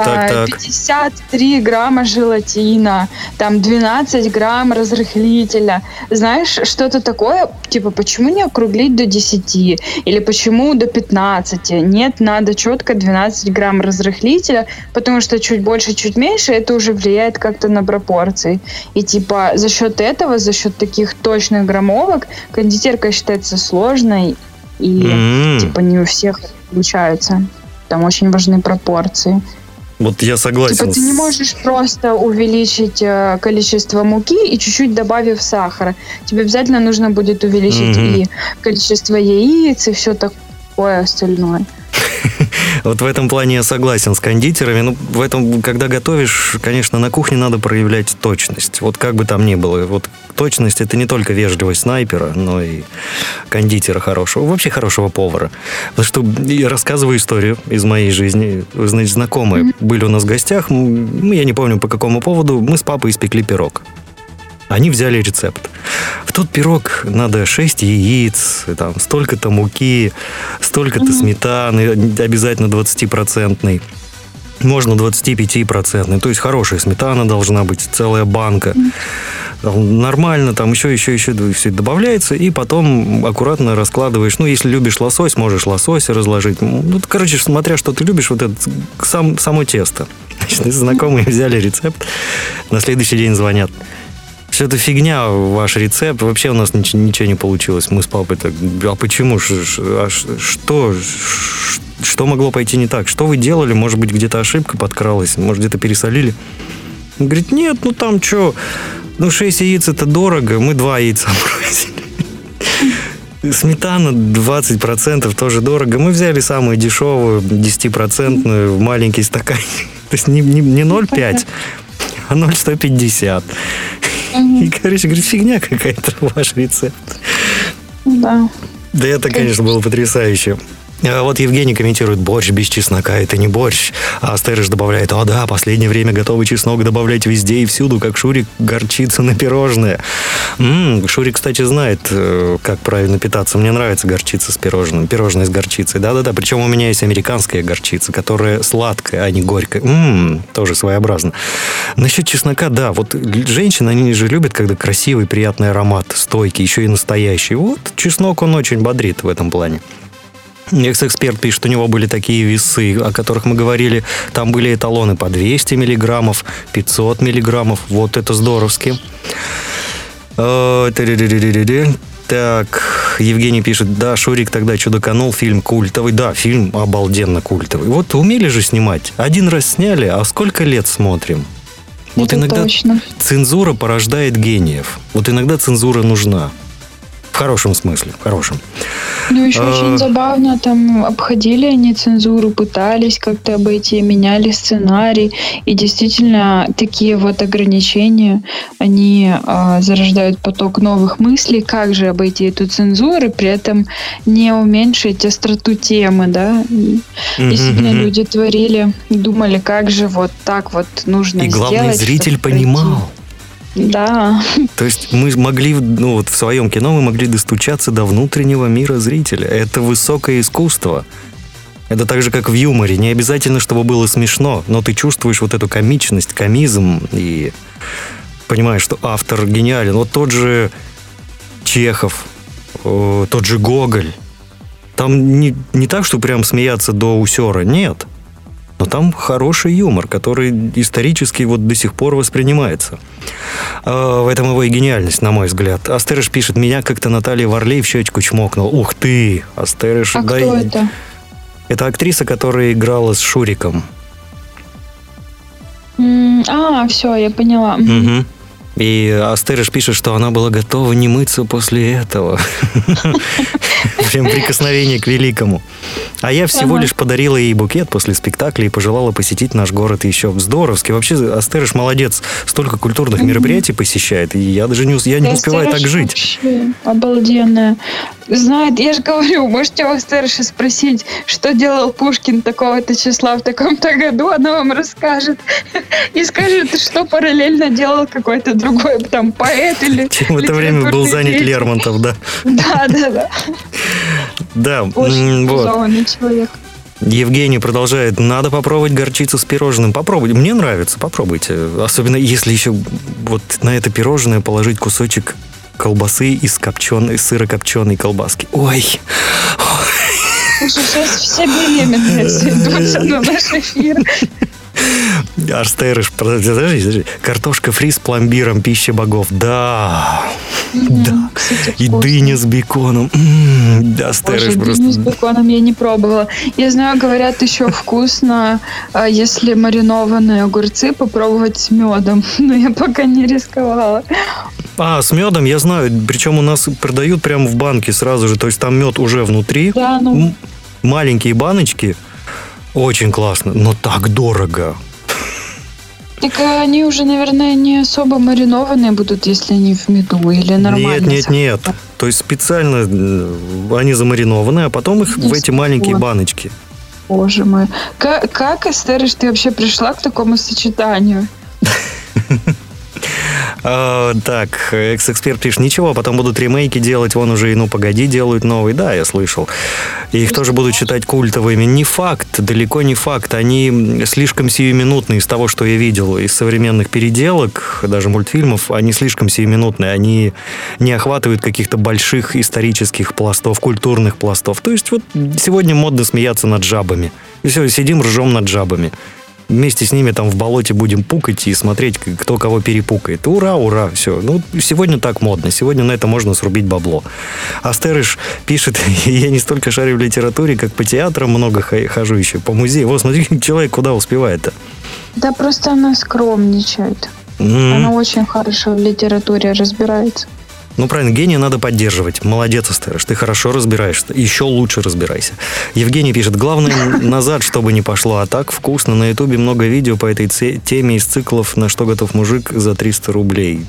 53 грамма желатина, там 12 грамм разрыхлителя. Знаешь, что-то такое, типа, почему не округлить до 10? Или почему до 15? Нет, надо четко 12 грамм разрыхлителя, потому что чуть больше, чуть меньше, это уже влияет как-то на пропорции. И типа за счет этого, за счет таких точных граммовок, кондитерка считается сложной, и типа не у всех это получается. Там очень важны пропорции. Вот я согласен. Типа ты не можешь просто увеличить количество муки и чуть-чуть добавив сахара. Тебе обязательно нужно будет увеличить и количество яиц, и все такое остальное. Вот в этом плане я согласен с кондитерами. Ну, в этом, когда готовишь, конечно, на кухне надо проявлять точность. Вот как бы там ни было. Вот точность — это не только вежливость снайпера, но и кондитера хорошего. Вообще хорошего повара. Потому что я рассказываю историю из моей жизни. Вы знаете, знакомые были у нас в гостях. Я не помню, по какому поводу. Мы с папой испекли пирог. Они взяли рецепт. В тот пирог надо 6 яиц, там, столько-то муки, столько-то сметаны, обязательно 20%. Можно 25%. То есть хорошая сметана должна быть, целая банка. Нормально, там еще все это добавляется, и потом аккуратно раскладываешь. Ну, если любишь лосось, можешь лосось разложить. Ну, короче, смотря что ты любишь, вот это само тесто. Значит, знакомые взяли рецепт, на следующий день звонят. Все это фигня, ваш рецепт. Вообще у нас ничего не получилось. Мы с папой так, а почему? Что могло пойти не так? Что вы делали? Может быть, где-то ошибка подкралась? Может, где-то пересолили? Он говорит, нет, ну там что? Ну, 6 яиц это дорого. Мы 2 яйца бросили. Сметана 20% тоже дорого. Мы взяли самую дешевую, 10% маленький стаканчик. То есть не 0,5, а 0,150. И, короче, говорит, фигня какая-то ваш рецепт. Да. Да это, конечно, было потрясающе. А вот Евгений комментирует, борщ без чеснока – это не борщ. А Стерыш добавляет, о да, последнее время готовый чеснок добавлять везде и всюду, как Шурик горчица на пирожное. Шурик, кстати, знает, как правильно питаться. Мне нравится горчица с пирожным, пирожное с горчицей. Да-да-да, причем у меня есть американская горчица, которая сладкая, а не горькая. Тоже своеобразно. Насчет чеснока, да, вот женщины, они же любят, когда красивый, приятный аромат, стойкий, еще и настоящий. Вот чеснок, он очень бодрит в этом плане. Экс-эксперт пишет, у него были такие весы, о которых мы говорили. Там были эталоны по 200 миллиграммов, 500 миллиграммов. Вот это здоровски. Так, Евгений пишет, да, Шурик тогда чудаканул, фильм культовый. Да, фильм обалденно культовый. Вот умели же снимать. Один раз сняли, а сколько лет смотрим? Вот это иногда точно. Цензура порождает гениев. Вот иногда цензура нужна. В хорошем смысле, в хорошем. Ну, еще очень забавно, там обходили они цензуру, пытались как-то обойти, меняли сценарий. И действительно, такие вот ограничения, они зарождают поток новых мыслей, как же обойти эту цензуру, при этом не уменьшить остроту темы, да. И действительно, люди творили, думали, как же вот так вот нужно сделать. И главный зритель понимал. Да. То есть мы могли, в своем кино мы могли достучаться до внутреннего мира зрителя. Это высокое искусство. Это так же, как в юморе. Не обязательно, чтобы было смешно, но ты чувствуешь вот эту комичность, комизм и понимаешь, что автор гениален. Вот тот же Чехов, тот же Гоголь. Там не так, что прям смеяться до усера. Нет. Но там хороший юмор, который исторически вот до сих пор воспринимается. В этом его и гениальность, на мой взгляд. Астерыш пишет, меня как-то Наталья Варлей в щечку чмокнула. Ух ты, Астерыш. А кто это? Это актриса, которая играла с Шуриком. Все, я поняла. И Астериш пишет, что она была готова не мыться после этого. Прям прикосновение к великому. А я всего лишь подарила ей букет после спектакля и пожелала посетить наш город еще. Здоровски. Вообще, Астериш молодец. Столько культурных мероприятий посещает. И я даже не успеваю так жить. Обалденная. Знает, я же говорю, можете у Астериша спросить, что делал Пушкин такого-то числа в таком-то году, она вам расскажет. И скажет, что параллельно делал какой-то другой там поэт или... Чем в это время был занят Лермонтов, да? Да. Да, очень вот. Человек. Евгений продолжает. Надо попробовать горчицу с пирожным. Попробуйте. Мне нравится, попробуйте. Особенно если еще вот на это пирожное положить кусочек колбасы из сырокопченой колбаски. Ой. Слушай, сейчас все беременные идутся на наш эфир. Астериш, подожди. Картошка фри с пломбиром, пища богов. Да. Да. Кстати, и дыня с беконом. Астериш просто... Дыню с беконом я не пробовала. Я знаю, говорят, еще вкусно, если маринованные огурцы попробовать с медом. Но я пока не рисковала. С медом я знаю. Причем у нас продают прямо в банке сразу же. То есть там мед уже внутри. Да, маленькие баночки. Очень классно, но так дорого. Так они уже, наверное, не особо маринованные будут, если они в меду, или нормально? Нет. То есть специально они замаринованы, а потом их в эти маленькие баночки. Боже мой. Как, Астериш, ты вообще пришла к такому сочетанию? Так, экс-эксперт пишет, ничего, потом будут ремейки делать, вон уже и «Ну, погоди» делают новый, да, я слышал. И их тоже будут считать культовыми. Не факт, далеко не факт, они слишком сиюминутные из того, что я видел, из современных переделок, даже мультфильмов, они слишком сиюминутные, они не охватывают каких-то больших исторических пластов, культурных пластов. То есть вот сегодня модно смеяться над жабами. И все, сидим, ржем над жабами. Вместе с ними там в болоте будем пукать и смотреть, кто кого перепукает. Ура, ура, все. Ну, сегодня так модно. Сегодня на это можно срубить бабло. Астериш пишет, я не столько шарю в литературе, как по театрам много хожу еще, по музею. Вот, смотри, человек куда успевает-то. Да просто она скромничает. Она очень хорошо в литературе разбирается. Ну, правильно, гения надо поддерживать. Молодец, Астериш, ты хорошо разбираешься. Еще лучше разбирайся. Евгений пишет, главное, назад, чтобы не пошло. А так вкусно. На Ютубе много видео по этой теме из циклов «На что готов мужик» за 300 рублей.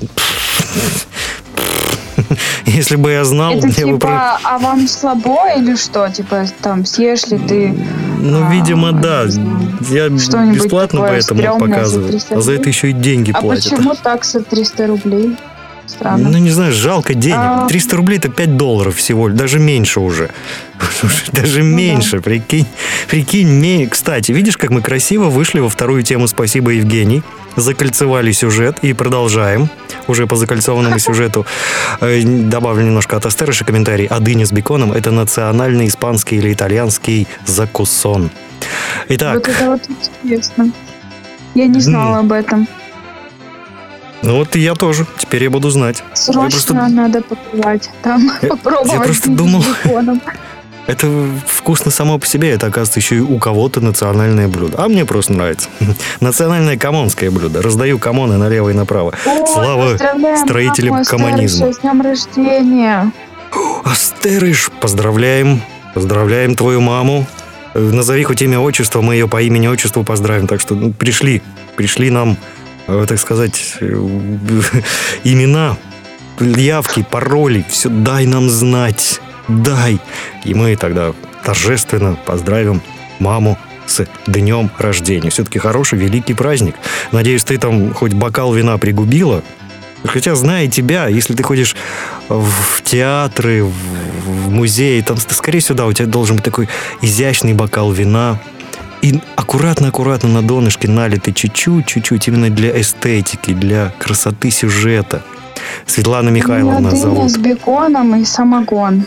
Если бы я знал... Это типа, а вам слабо или что? Типа, там, съешь ли ты... Ну, видимо, да. Я бесплатно поэтому показываю. А за это еще и деньги платят. А почему так за 300 рублей? Странно. Ну, не знаю, жалко денег. 300 рублей – это $5 всего, даже меньше уже. Даже меньше, прикинь. Кстати, видишь, как мы красиво вышли во вторую тему «Спасибо, Евгений». Закольцевали сюжет и продолжаем. Уже по закольцованному сюжету добавлю немножко от Астериша комментарий. А дыня с беконом – это национальный испанский или итальянский закусон. Итак. Вот это вот интересно. Я не знала об этом. Ну вот и я тоже. Теперь я буду знать. Срочно надо попробовать. Там попробовать. Я просто думал, это вкусно само по себе. Это, оказывается, еще и у кого-то национальное блюдо. А мне просто нравится. Национальное коммонское блюдо. Раздаю коммоны налево и направо. Слава строителям коммунизма. С днем рождения. Астериш, поздравляем. Поздравляем твою маму. Назови хоть имя, отчество. Мы ее по имени-отчеству поздравим. Так что пришли нам, так сказать, имена, явки, пароли, все, дай нам знать, дай. И мы тогда торжественно поздравим маму с днем рождения. Все-таки хороший, великий праздник. Надеюсь, ты там хоть бокал вина пригубила. Хотя, зная тебя, если ты ходишь в театры, в музеи, там, скорее всего, да, у тебя должен быть такой изящный бокал вина. И аккуратно на донышке налиты чуть-чуть, именно для эстетики, для красоты сюжета. Светлана Михайловна зовут. Дыня с беконом и самогон.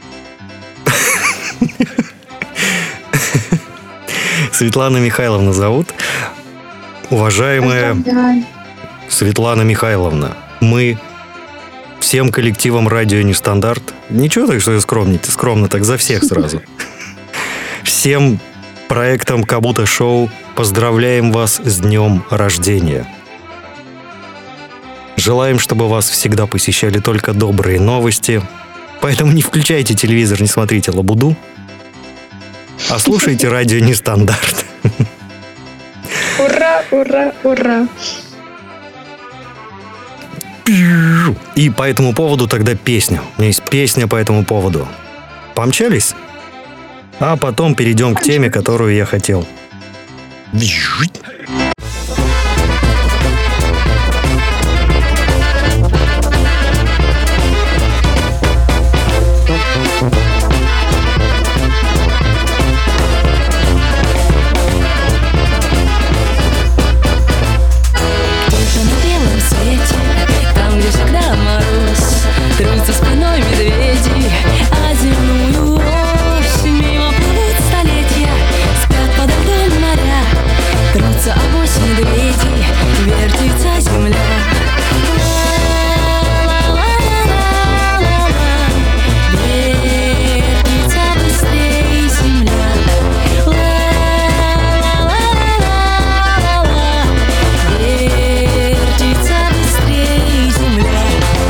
Светлана Михайловна зовут. Уважаемая Светлана Михайловна, мы всем коллективом «Радио Нестандарт», ничего так, что я скромно так за всех сразу, всем проектом «Кабута Шоу» поздравляем вас с днем рождения. Желаем, чтобы вас всегда посещали только добрые новости. Поэтому не включайте телевизор, не смотрите «Лабуду», а слушайте радио «Нестандарт». Ура, ура, ура. И по этому поводу тогда песня. У меня есть песня по этому поводу. Помчались? А потом перейдем к теме, которую я хотел. Трутся спиной медведи, а земную ось мимо плывут столетия, спят подо льдом моря. Трутся авось медведи, вертится земля. Вертится быстрей земля. Вертится быстрей земля.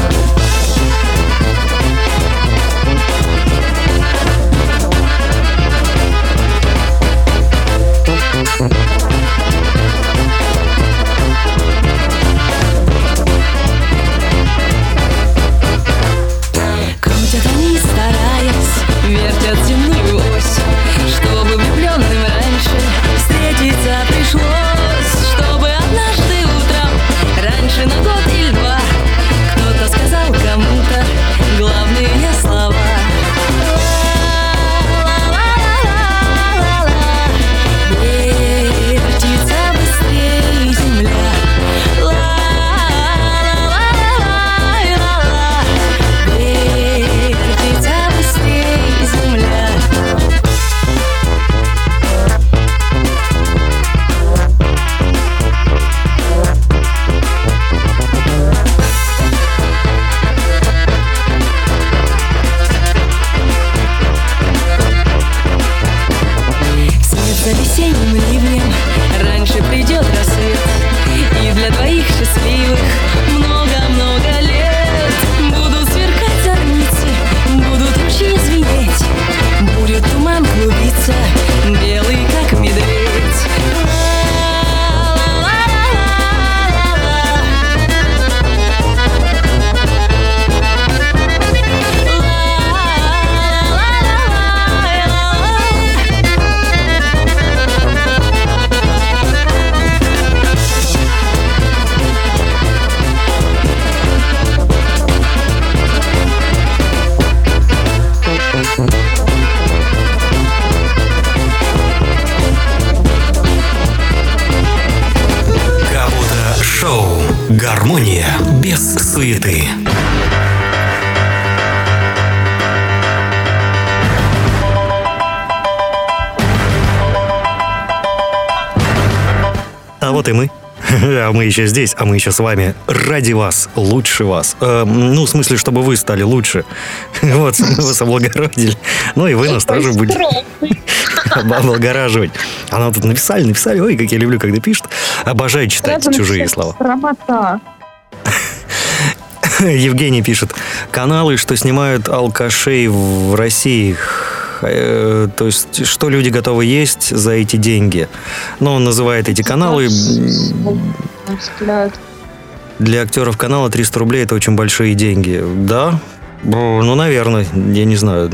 Крутят они, стараясь, вертят земную ось, чтобы влюбленным раньше встретиться пришлось, чтобы однажды утром, раньше на год или два, кто-то сказал кому-то главные слова. Вертится быстрей земля. Вертится быстрей земля. Вслед за весенним ливнем раньше придет рассвет, и для двоих счастливых много-много лет. Будут сверкать зорницы, будут ручьи звенеть, будет туман клубиться, белый как медведь. Кабута шоу. Гармония без суеты. А вот и мы. А мы еще здесь, а мы еще с вами. Ради вас, лучше вас. Ну, в смысле, чтобы вы стали лучше. Вот, мы вас облагородили. Ну, и вы нас тоже будете облагораживать. А нам тут написали. Ой, как я люблю, когда пишут. Обожаю читать чужие слова. Работа. Евгений пишет. Каналы, что снимают алкашей в России. То есть, что люди готовы есть за эти деньги. Но он называет эти каналы... Для актеров канала 300 рублей – это очень большие деньги. Да? Ну, наверное. Я не знаю.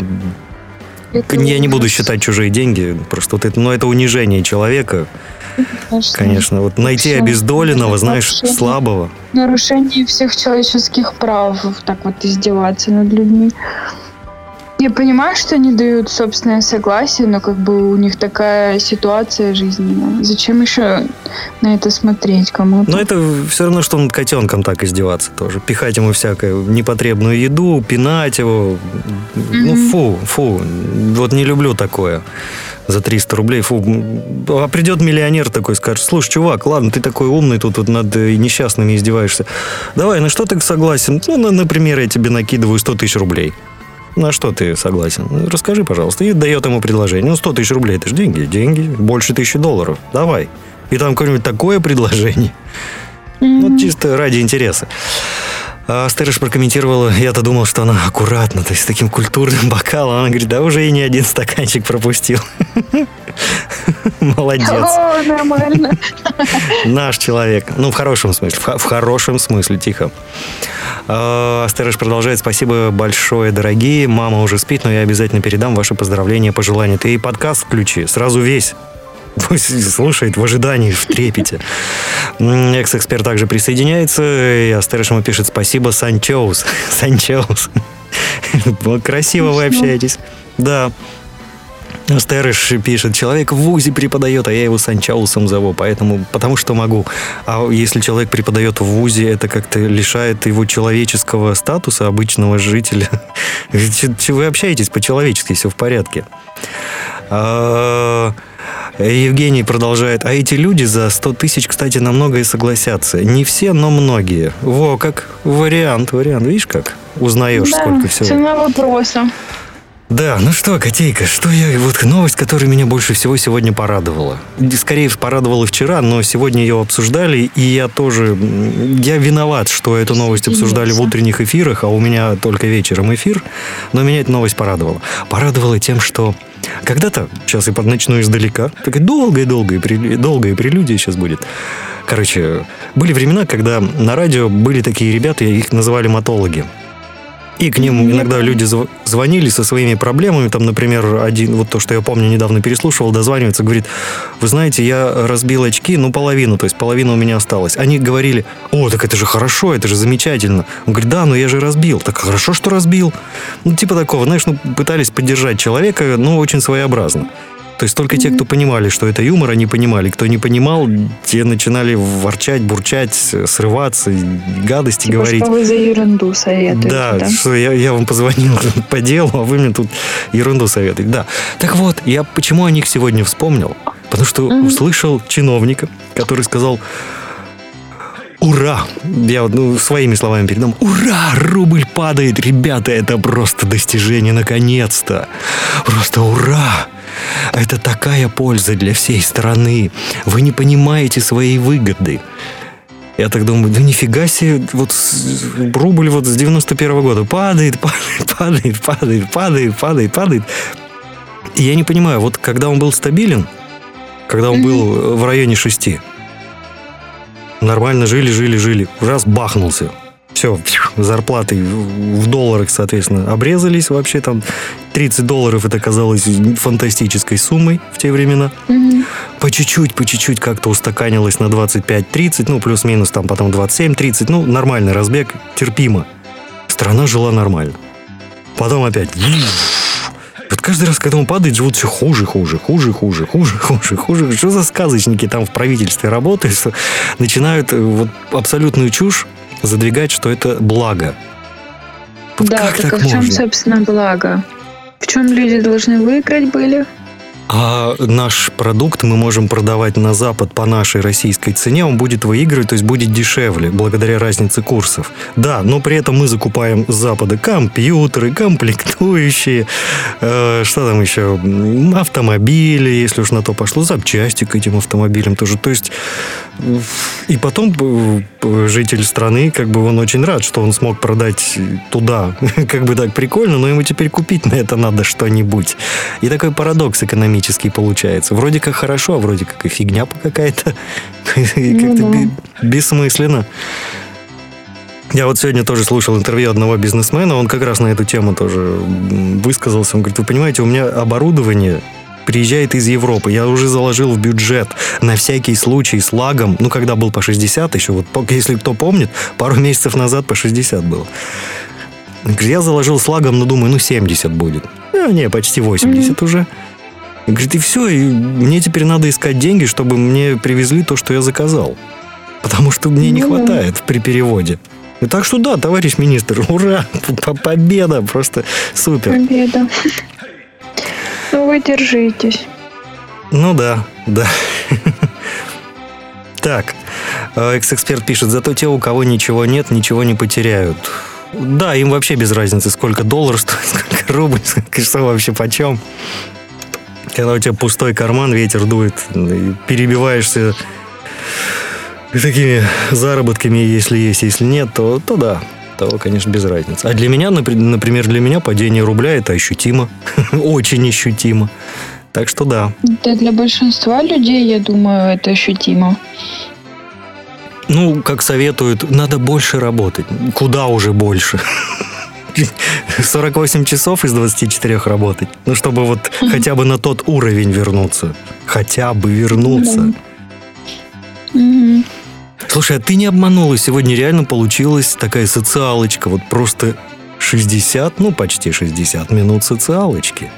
Я не буду считать чужие деньги. Просто вот это, это унижение человека. Конечно. Вот найти обездоленного, знаешь, слабого. Нарушение всех человеческих прав. Так вот издеваться над людьми. Я понимаю, что они дают собственное согласие, но как бы у них такая ситуация жизненная. Зачем еще на это смотреть кому-то? Но это все равно, что над котенком так издеваться тоже. Пихать ему всякую непотребную еду, пинать его. Ну, фу. Вот не люблю такое. За 300 рублей, фу. А придет миллионер такой, скажет: слушай, чувак, ладно, ты такой умный, тут вот над несчастными издеваешься. Давай, на что ты согласен? Ну, например, я тебе накидываю 100 тысяч рублей. На что ты согласен? Расскажи, пожалуйста. И дает ему предложение. Ну, 100 тысяч рублей, это же деньги. Больше $1000. Давай. И там какое-нибудь такое предложение. Вот чисто ради интереса. А Стерыш прокомментировала, я-то думал, что она аккуратно, то есть с таким культурным бокалом. Она говорит, да уже и не один стаканчик пропустил. Молодец. О, нормально. Наш человек. Ну, в хорошем смысле. В хорошем смысле, тихо. Стерыш продолжает. Спасибо большое, дорогие. Мама уже спит, но я обязательно передам ваши поздравления, пожелания. Ты и подкаст включи, сразу весь. Пусть слушает в ожидании, в трепете. Экс-эксперт также присоединяется. И Астерыш ему пишет спасибо, Санчоус. Санчоус. Красиво вы общаетесь. Да. Астерыш пишет, человек в ВУЗе преподает, а я его Санчоусом зову, потому что могу. А если человек преподает в ВУЗе, это как-то лишает его человеческого статуса обычного жителя. Вы общаетесь по-человечески, все в порядке. Евгений продолжает. А эти люди за 100 тысяч, кстати, на многое согласятся. Не все, но многие. Во, как вариант. Видишь, как узнаешь, Да, сколько всего. цена вопроса. Да, ну что, Котейка, вот новость, которая меня больше всего сегодня порадовала. Скорее порадовала вчера, но сегодня ее обсуждали, и я виноват, что эту новость обсуждали в утренних эфирах, а у меня только вечером эфир, но меня эта новость порадовала. Порадовала тем, что когда-то, сейчас я начну издалека, такая долгая прелюдия сейчас будет. Короче, были времена, когда на радио были такие ребята, их называли матологи. И к ним иногда люди звонили со своими проблемами. Там, например, один, вот то, что я помню, недавно переслушивал, дозванивается, говорит, вы знаете, я разбил очки, половину, то есть половина у меня осталась. Они говорили, о, так это же хорошо, это же замечательно. Он говорит, да, но я же разбил. Так хорошо, что разбил. Типа такого, знаешь, пытались поддержать человека, но очень своеобразно. То есть только те, кто понимали, что это юмор, они понимали. Кто не понимал, те начинали ворчать, бурчать, срываться, гадости говорить. Что вы за ерунду советуете, да? Что я вам позвонил по делу, а вы мне тут ерунду советуете. Да. Так вот, я почему о них сегодня вспомнил? Потому что услышал чиновника, который сказал... Ура! Я своими словами передам. Ура! Рубль падает! Ребята, это просто достижение наконец-то! Просто ура! Это такая польза для всей страны. Вы не понимаете своей выгоды. Я так думаю, да нифига себе, вот рубль вот с 91-го года падает. И я не понимаю, вот когда он был стабилен, когда он был в районе 6, нормально жили, раз бахнулся. Все, зарплаты в долларах, соответственно, обрезались вообще там. $30 это казалось фантастической суммой в те времена. По чуть-чуть как-то устаканилось на 25-30, плюс-минус там потом 27-30, нормальный разбег, терпимо. Страна жила нормально. Потом опять... Вот каждый раз, когда он падает, живут все хуже. Что за сказочники там в правительстве работают, что начинают вот абсолютную чушь задвигать, что это благо. Вот да, как так так в чем, можно? собственно, благо? В чем люди должны выиграть были? А наш продукт мы можем продавать на Запад по нашей российской цене, он будет выигрывать, то есть будет дешевле, благодаря разнице курсов. Да, но при этом мы закупаем с Запада компьютеры, комплектующие, что там еще, автомобили, если уж на то пошло, запчасти к этим автомобилям тоже. То есть, и потом житель страны, он очень рад, что он смог продать туда. Так прикольно, но ему теперь купить на это надо что-нибудь. И такой парадокс экономический получается. Вроде как хорошо, а вроде как и фигня какая-то. Как-то бессмысленно. Я вот сегодня тоже слушал интервью одного бизнесмена, он как раз на эту тему тоже высказался. Он говорит, вы понимаете, у меня оборудование приезжает из Европы. Я уже заложил в бюджет на всякий случай с лагом. Когда был по 60 еще, вот если кто помнит, пару месяцев назад по 60 было. Я заложил с лагом, думаю, 70 будет. Не, почти 80 уже. Говорит, и все, и мне теперь надо искать деньги, чтобы мне привезли то, что я заказал. Потому что мне не хватает при переводе. И так что да, товарищ министр, ура, победа, просто супер. Победа. Вы держитесь. Да. Так, экс-эксперт пишет, зато те, у кого ничего нет, ничего не потеряют. Да, им вообще без разницы, сколько долларов стоит, сколько рубль, что вообще почем. Когда у тебя пустой карман, ветер дует, и перебиваешься такими заработками, если есть, если нет, то да. То, конечно, без разницы. А для меня, например, падение рубля – это ощутимо. Очень ощутимо. Так что да. Да, для большинства людей, я думаю, это ощутимо. Ну, как советуют, надо больше работать. Куда уже больше? 48 часов из 24 работать. Ну, чтобы вот хотя бы на тот уровень вернуться. Хотя бы вернуться. Слушай, а ты не обманула? Сегодня реально получилась такая социалочка. Вот просто 60, ну, почти 60 минут социалочки.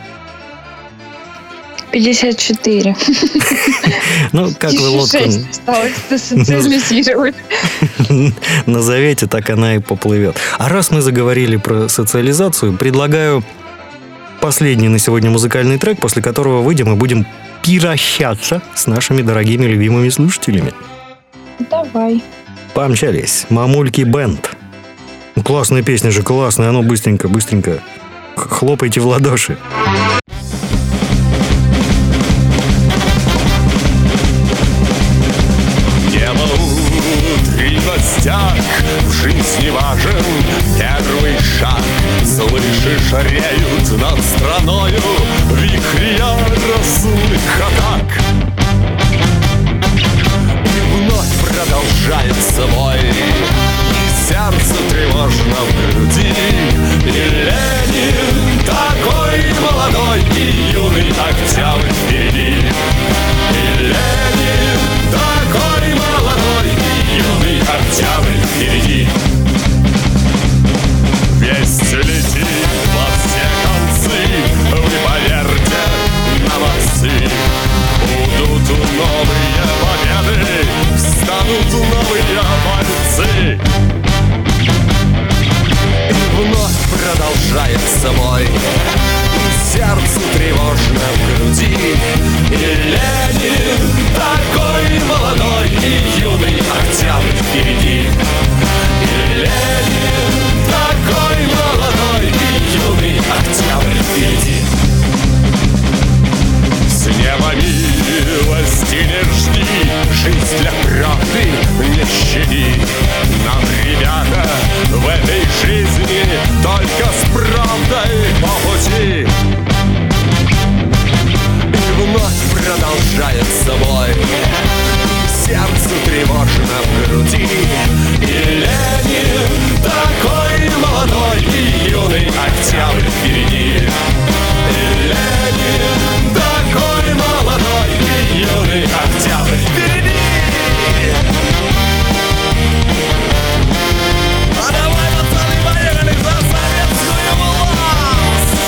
54. Ну, как вы лодку... 6 осталось социализировать. Назовете, так она и поплывет. А раз мы заговорили про социализацию, предлагаю последний на сегодня музыкальный трек, после которого выйдем и будем прощаться с нашими дорогими любимыми слушателями. Давай. Помчались. Мамульки Бенд. Классная песня же, классная. А ну, быстренько. Хлопайте в ладоши. В жизни важен первый шаг. Слышишь, реют над страною вихри яростных атак. И вновь продолжается бой, и сердце тревожно в груди. И Ленин такой молодой и юный октябрь впереди. И Ленин такой молодой и юный октябрь впереди. Весть летит во все концы, вы поверьте на молодцы. Будут новые победы, встанут новые бойцы. И вновь продолжается бой, и сердцу тревожно в груди. И Ленин такой молодой и юный октябрь впереди. И Ленин такой молодой и юный октябрь впереди. С неба милости не жди, жизнь для правды не щади. Нам, ребята, в этой жизни только с правдой по пути. И вновь продолжается бой, сердцу тревожно в груди. И Ленин такой молодой и юный октябрь впереди. И Ленин такой молодой и юный октябрь впереди. А давай, пацаны, поехали за советскую власть!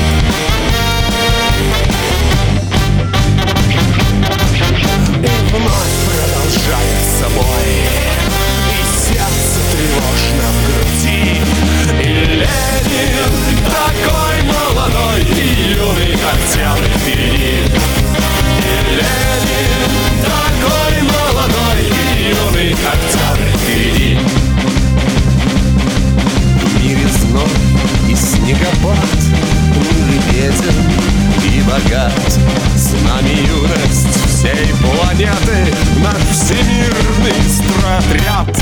И вновь продолжается бой, и сердце тревожно в груди. И Ленин такой молодой и юный октябрь впереди. И Ленин такой молодой и юный октябрь впереди. В мире зной и снегопад, мир беден и богат. С нами юность всей планеты, наш всемирный стройотряд.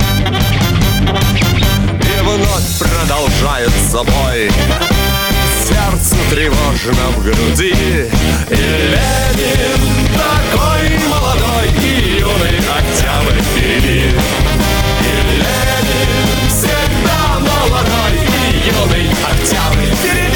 И вновь продолжается бой, сердцу тревожно в груди. И Ленин такой молодой и юный октябрь впереди. И Ленин всегда молодой и юный октябрь впереди.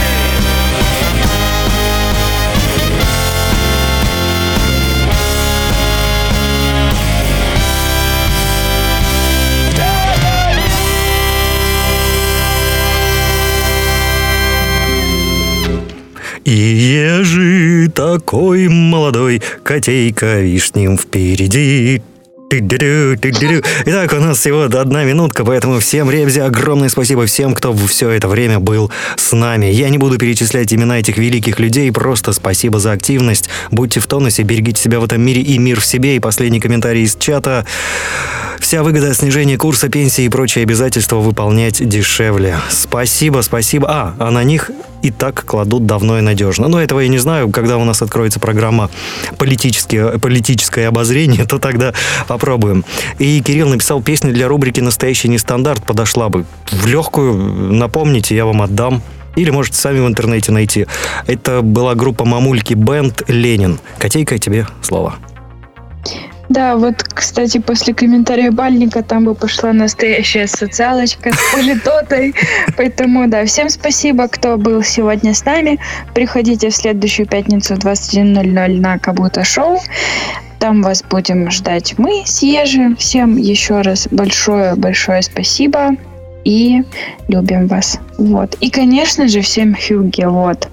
И ежи такой молодой, котейка вишним впереди. Итак, у нас всего 1 минутка, поэтому всем, ребзя, огромное спасибо всем, кто все это время был с нами. Я не буду перечислять имена этих великих людей, просто спасибо за активность. Будьте в тонусе, берегите себя в этом мире и мир в себе. И последний комментарий из чата. Вся выгода снижения курса пенсии и прочие обязательства выполнять дешевле. Спасибо. А на них и так кладут давно и надежно. Но этого я не знаю. Когда у нас откроется программа «Политическое обозрение», то тогда попробуем. И Кирилл написал: песню для рубрики «Настоящий нестандарт» подошла бы. В легкую, напомните, я вам отдам. Или можете сами в интернете найти. Это была группа «Мамульки Бэнд» «Ленин». Котейка, тебе слово. Да, вот, кстати, после комментария Бальника там бы пошла настоящая социалочка с политотой. Поэтому, да, всем спасибо, кто был сегодня с нами. Приходите в следующую пятницу в 21:00 на Кабуто Шоу. Там вас будем ждать мы с Ежи. Всем еще раз большое-большое спасибо. И любим вас. Вот. И, конечно же, всем Хюгге. Вот.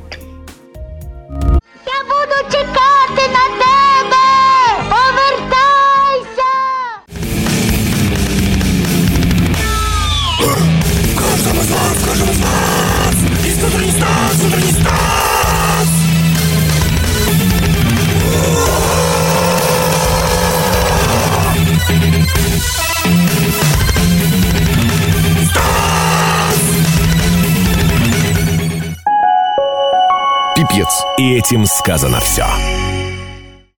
Я буду чекати на тебе! Повертайся! Каждому из нас! Изнутри Стас! Пипец. И этим сказано все.